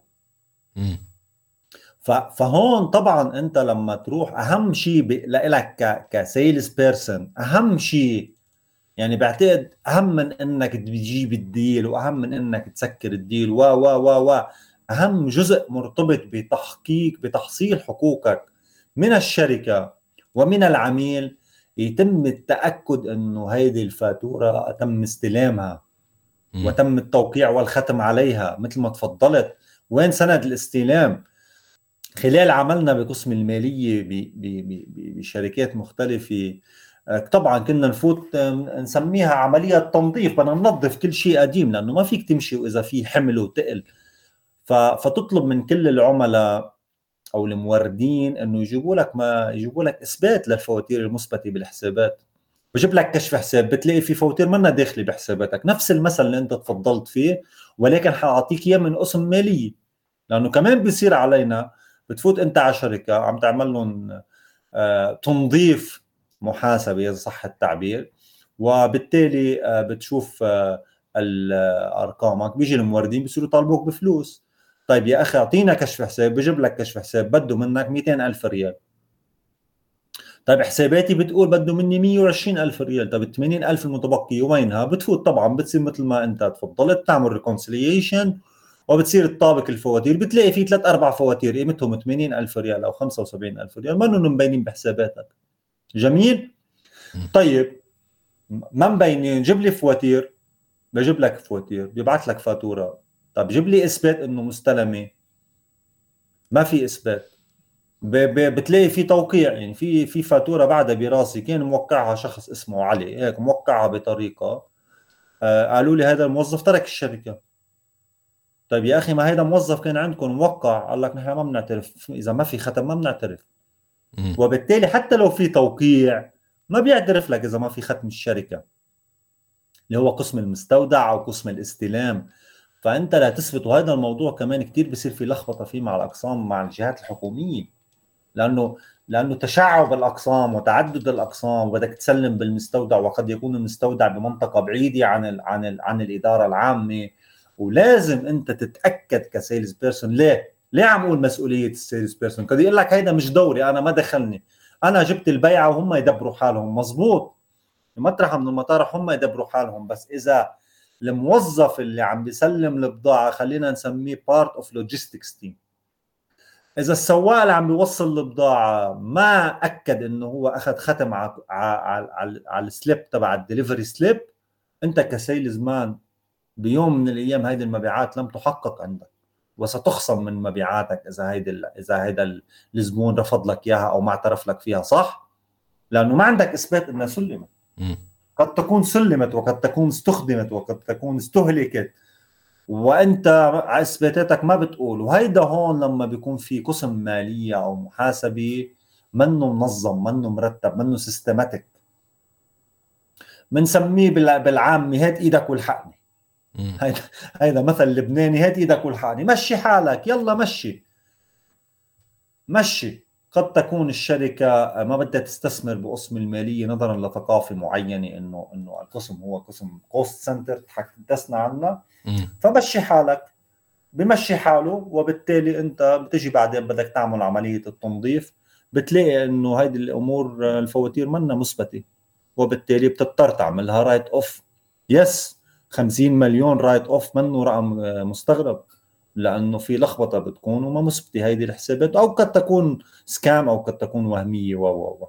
فهون طبعا انت لما تروح اهم شيء لك كسيلز بيرسون، اهم شيء يعني بعتقد اهم من انك تجيب الديل واهم من انك تسكر الديل و و و و اهم جزء مرتبط بتحقيق بتحصيل حقوقك من الشركه ومن العميل، يتم التاكد انه هيدي الفاتوره تم استلامها م. وتم التوقيع والختم عليها مثل ما تفضلت. وين سند الاستلام؟ خلال عملنا بقسم الماليه بشركات مختلفه طبعا كنا نفوت نسميها عملية تنظيف، بدنا ننظف كل شيء قديم لأنه ما فيك تمشي وإذا في حمل وتقل. فتطلب من كل العملاء أو الموردين أنه يجيبوا لك ما يجيبوا لك إثبات للفواتير المثبتة بالحسابات. بجيب لك كشف حساب بتلاقي في فواتير منها داخلة بحساباتك، نفس المثل اللي أنت تفضلت فيه، ولكن حأعطيك إياه من قسم مالية. لأنه كمان بيصير علينا بتفوت أنت على شركة عم تعمل لهم آه تنظيف محاسبة إذا صح التعبير، وبالتالي بتشوف أرقامك، بيجي الموردين بيصيروا يطالبوك بفلوس. طيب يا أخي أعطينا كشف حساب، بجيب لك كشف حساب بده منك مئتين ألف ريال. طيب حساباتي بتقول بده مني مئة وعشرين ألف ريال. طيب ثمانين ألف المتبقية وينها؟ بتفوت طبعا بتصير مثل ما أنت تفضلت تعمل ريكونسيليشن وبتصير تطابق الفواتير، بتلاقي في ثلاث أربع فواتير قيمتهم ثمانين ألف ريال أو خمسة وسبعين ألف ريال ما انهم مبينين بحساباتك. جميل. طيب ما مبينين، جيب لي فواتير. بجيب لك فواتير، بيبعت لك فاتوره. طب جيب لي اثبات انه مستلمه، ما في اثبات. بتلاقي في توقيع، يعني في في فاتوره بعدها براسي كان موقعها شخص اسمه علي، هيك موقعها بطريقه آه قالوا لي هذا الموظف ترك الشركه. طيب يا اخي ما هذا موظف كان عندكم موقع، قال لك نحن ما بنعترف، اذا ما في ختم ما بنعترف. وبالتالي حتى لو في توقيع ما بيعترف لك اذا ما في ختم الشركه اللي هو قسم المستودع او قسم الاستلام. فانت لا تثبت. وهذا الموضوع كمان كتير بيصير في لخبطه فيه مع الاقسام مع الجهات الحكوميه، لانه لانه تشعب الاقسام وتعدد الاقسام، وبدك تسلم بالمستودع وقد يكون المستودع بمنطقه بعيده عن ال عن ال عن الاداره العامه. ولازم انت تتاكد كسيلز بيرسون. ليه ليه عم اقول مسؤوليه السيلز بيرسون؟ قد يقول لك هيدا مش دوري، انا ما دخلني، انا جبت البيعه وهم يدبروا حالهم. مزبوط، مطرح من المطارح هم يدبروا حالهم. بس اذا الموظف اللي عم بيسلم البضاعه، خلينا نسميه بارت اوف لوجيستكس تيم، اذا السواق اللي عم بيوصل البضاعه ما اكد انه هو اخذ ختم على على على, على السليب تبع الدليفري سليب، انت كسيلز مان بيوم من الايام هيدي المبيعات لم تحقق عندك، وستخصم من مبيعاتك اذا هيدي اذا هيدا الزبون رفض لك اياها او ما اعترف لك فيها، صح؟ لانه ما عندك اثبات انها سلمت. قد تكون سلمت وقد تكون استخدمت وقد تكون استهلكت وانت اثباتاتك ما بتقول. وهيدا هون لما بيكون في قسم ماليه او محاسبه منه منظم، منه مرتب، منه سيستماتيك، بنسميه بالعامي هات ايدك والحقني. هيدا هيدا مثل لبناني، هات ايدك والحقني، مشي حالك، يلا مشي مشي. قد تكون الشركة ما بدها تستثمر بقسم المالية نظرا لثقافة معينة انه انه القسم هو قسم كوست سنتر تحدثنا عنه، فمشي حالك، بمشي حاله. وبالتالي انت بتجي بعدين بدك تعمل عملية التنظيف، بتلاقي انه هيدي الامور الفواتير منها مثبتة، وبالتالي بتضطر تعملها رايت اوف. يس خمسين مليون رايت اوف منه رقم مستغرب، لانه في لخبطه بتكون وما مثبته هيدي الحسابات، او قد تكون سكام او قد تكون وهميه و و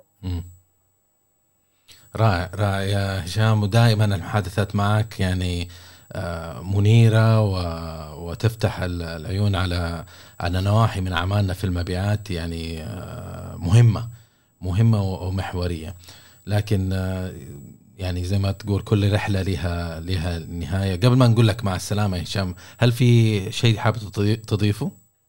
رائع رائع يا هشام، ودائما المحادثات معك يعني منيرة وتفتح العيون على على نواحي من أعمالنا في المبيعات يعني مهمة مهمة ومحورية. لكن يعني زي ما تقول كل رحلة لها لها نهاية. قبل ما نقول لك مع السلامة هشام، هل في شيء حابب تضيفه؟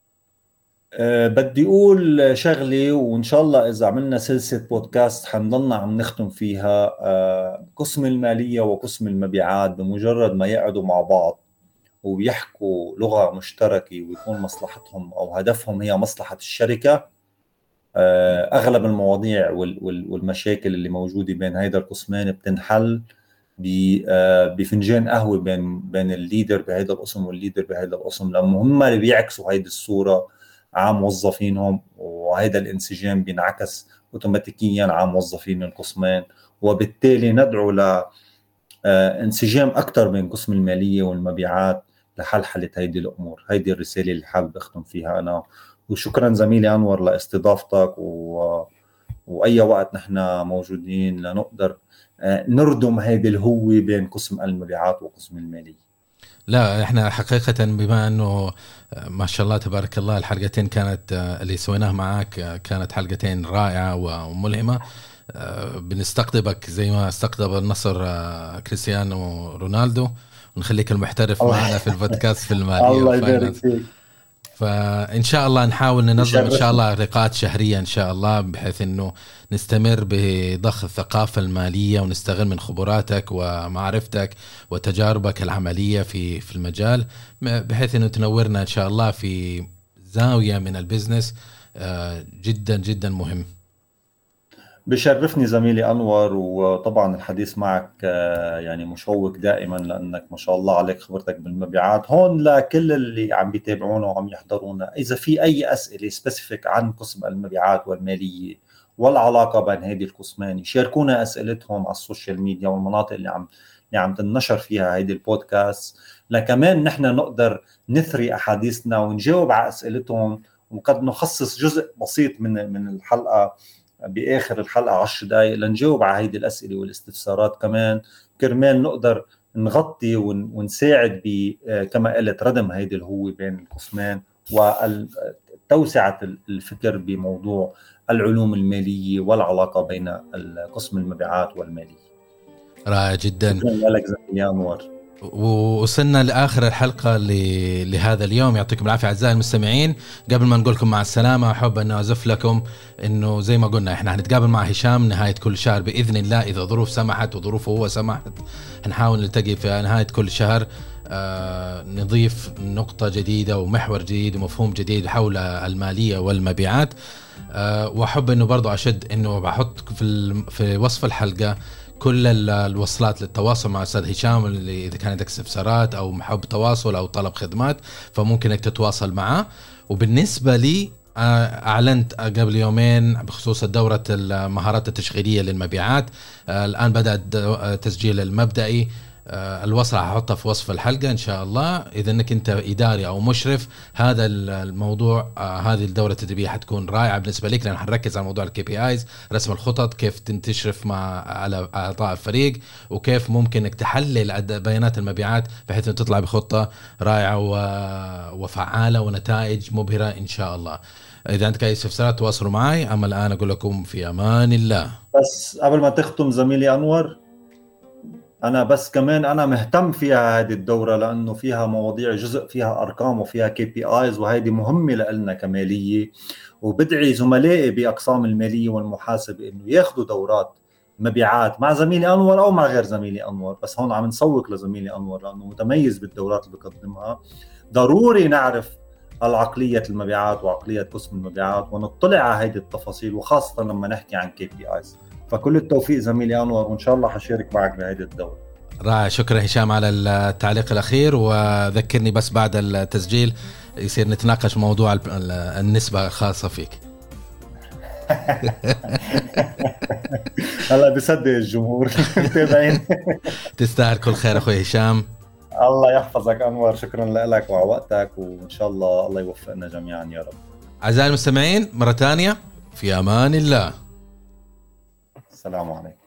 أه بدي أقول شغلي، وإن شاء الله إذا عملنا سلسلة بودكاست حنضلنا عم نختم فيها. أه قسم المالية وقسم المبيعات بمجرد ما يقعدوا مع بعض ويحكوا لغة مشتركة ويكون مصلحتهم أو هدفهم هي مصلحة الشركة، أه أغلب المواضيع والمشاكل اللي موجودة بين هيدا القسمين بتنحل بفنجان قهوة بين بين الليدر بهيدا القسم والليدر بهيدا القسم، لأنه هم اللي بيعكسوا هيدي الصورة عام موظفينهم، وهذا الانسجام بينعكس اوتوماتيكيا على موظفين القسمين، وبالتالي ندعو لانسجام اكثر بين قسم الماليه والمبيعات لحل حل هيدي الامور. هيدي الرساله اللي حابب اختم فيها انا، وشكرا زميلي انور لاستضافتك، و... واي وقت نحن موجودين لنقدر نردم هيدي الهوة بين قسم المبيعات وقسم الماليه. لا احنا حقيقة بما انه ما شاء الله تبارك الله الحلقتين كانت اللي سويناها معاك كانت حلقتين رائعة وملهمة، بنستقطبك زي ما استقطب النصر كريستيانو رونالدو، ونخليك المحترف معنا في البودكاست في المالية. الله يبارك فيك. فإن شاء الله نحاول ننظم إن شاء الله لقاءات شهرية إن شاء الله، بحيث إنه نستمر بضخ الثقافة المالية ونستغل من خبراتك ومعرفتك وتجاربك العملية في في المجال، بحيث إنه تنورنا إن شاء الله في زاوية من البزنس جدا جدا مهم. بشرفني زميلي أنور، وطبعا الحديث معك يعني مشوق دائما، لأنك ما شاء الله عليك خبرتك بالمبيعات. هون لكل اللي عم بيتابعونا وعم يحضرونا، إذا في أي أسئلة سبيسيفيك عن قسم المبيعات والمالية والعلاقة بين هذه القسمين، شاركونا أسئلتهم على السوشيال ميديا والمناطق اللي عم اللي عم تنشر فيها هذه البودكاست، لكمان نحن نقدر نثري أحاديثنا ونجاوب على أسئلتهم، وقد نخصص جزء بسيط من من الحلقة بآخر الحلقة عشر دقائق لنجاوب على هيدي الأسئلة والاستفسارات، كمان كرمال نقدر نغطي ونساعد ب كما قلت ردم هيدي الهوة بين القسمين وتوسعة الفكر بموضوع العلوم المالية والعلاقة بين قسم المبيعات والمالية. رائع جدا. شكرا لك زميلي أنور. ووصلنا لآخر الحلقة لهذا اليوم. يعطيكم العافية أعزائي المستمعين. قبل ما نقول لكم مع السلامة، أحب أن أزف لكم أنه زي ما قلنا إحنا هنتقابل مع هشام نهاية كل شهر بإذن الله، إذا ظروف سمحت وظروفه هو سمحت هنحاول نلتقي في نهاية كل شهر، آه نضيف نقطة جديدة ومحور جديد ومفهوم جديد حول المالية والمبيعات. آه وأحب أنه برضو أشد أنه بحط في, في وصف الحلقة كل الوصلات للتواصل مع أستاذ هشام، اللي إذا كان عندك استفسارات أو محب تواصل أو طلب خدمات فممكن إنك تتواصل معه. وبالنسبة لي أعلنت قبل يومين بخصوص دورة المهارات التشغيلية للمبيعات، الآن بدأ تسجيل المبدئي، الوصلة هحطها في وصف الحلقة إن شاء الله. إذا أنك أنت إداري أو مشرف، هذا الموضوع هذه الدورة التدريبية حتكون رائعة بالنسبة لك، لأن حنركز على موضوع الكي بي آيز، رسم الخطط، كيف تشرف مع على أعضاء الفريق، وكيف ممكن إنك تحلل بيانات المبيعات بحيث أن تطلع بخطة رائعة وفعالة ونتائج مبهرة إن شاء الله. إذا عندك أي استفسارات تواصلوا معي، أما الآن أقول لكم في أمان الله. بس قبل ما تختم زميلي أنور، أنا بس كمان أنا مهتم فيها هذه الدورة، لأنه فيها مواضيع جزء فيها أرقام وفيها كي بي آيز، وهذه مهمة لنا كمالية، وبدعي زملائي بأقسام المالية والمحاسبة إنه ياخدوا دورات مبيعات مع زميلي أنور أو مع غير زميلي أنور، بس هون عم نسوق لزميلي أنور لأنه متميز بالدورات اللي بقدمها. ضروري نعرف العقلية المبيعات وعقلية قسم المبيعات ونطلع على هذه التفاصيل، وخاصة لما نحكي عن كي بي آيز. فكل التوفيق زميلي أنور، وإن شاء الله حشارك معك بهذه الدورة. رائع. شكرا هشام على التعليق الأخير، وذكرني بس بعد التسجيل يصير نتناقش موضوع النسبة الخاصة فيك. هلا بصدق الجمهور. متابعين. تستاهل كل خير أخوي هشام. الله يحفظك أنور، شكرا لك وعلى وقتك، وإن شاء الله الله يوفقنا جميعا يا رب. أعزائي المستمعين مرة تانية في أمان الله. السلام عليكم.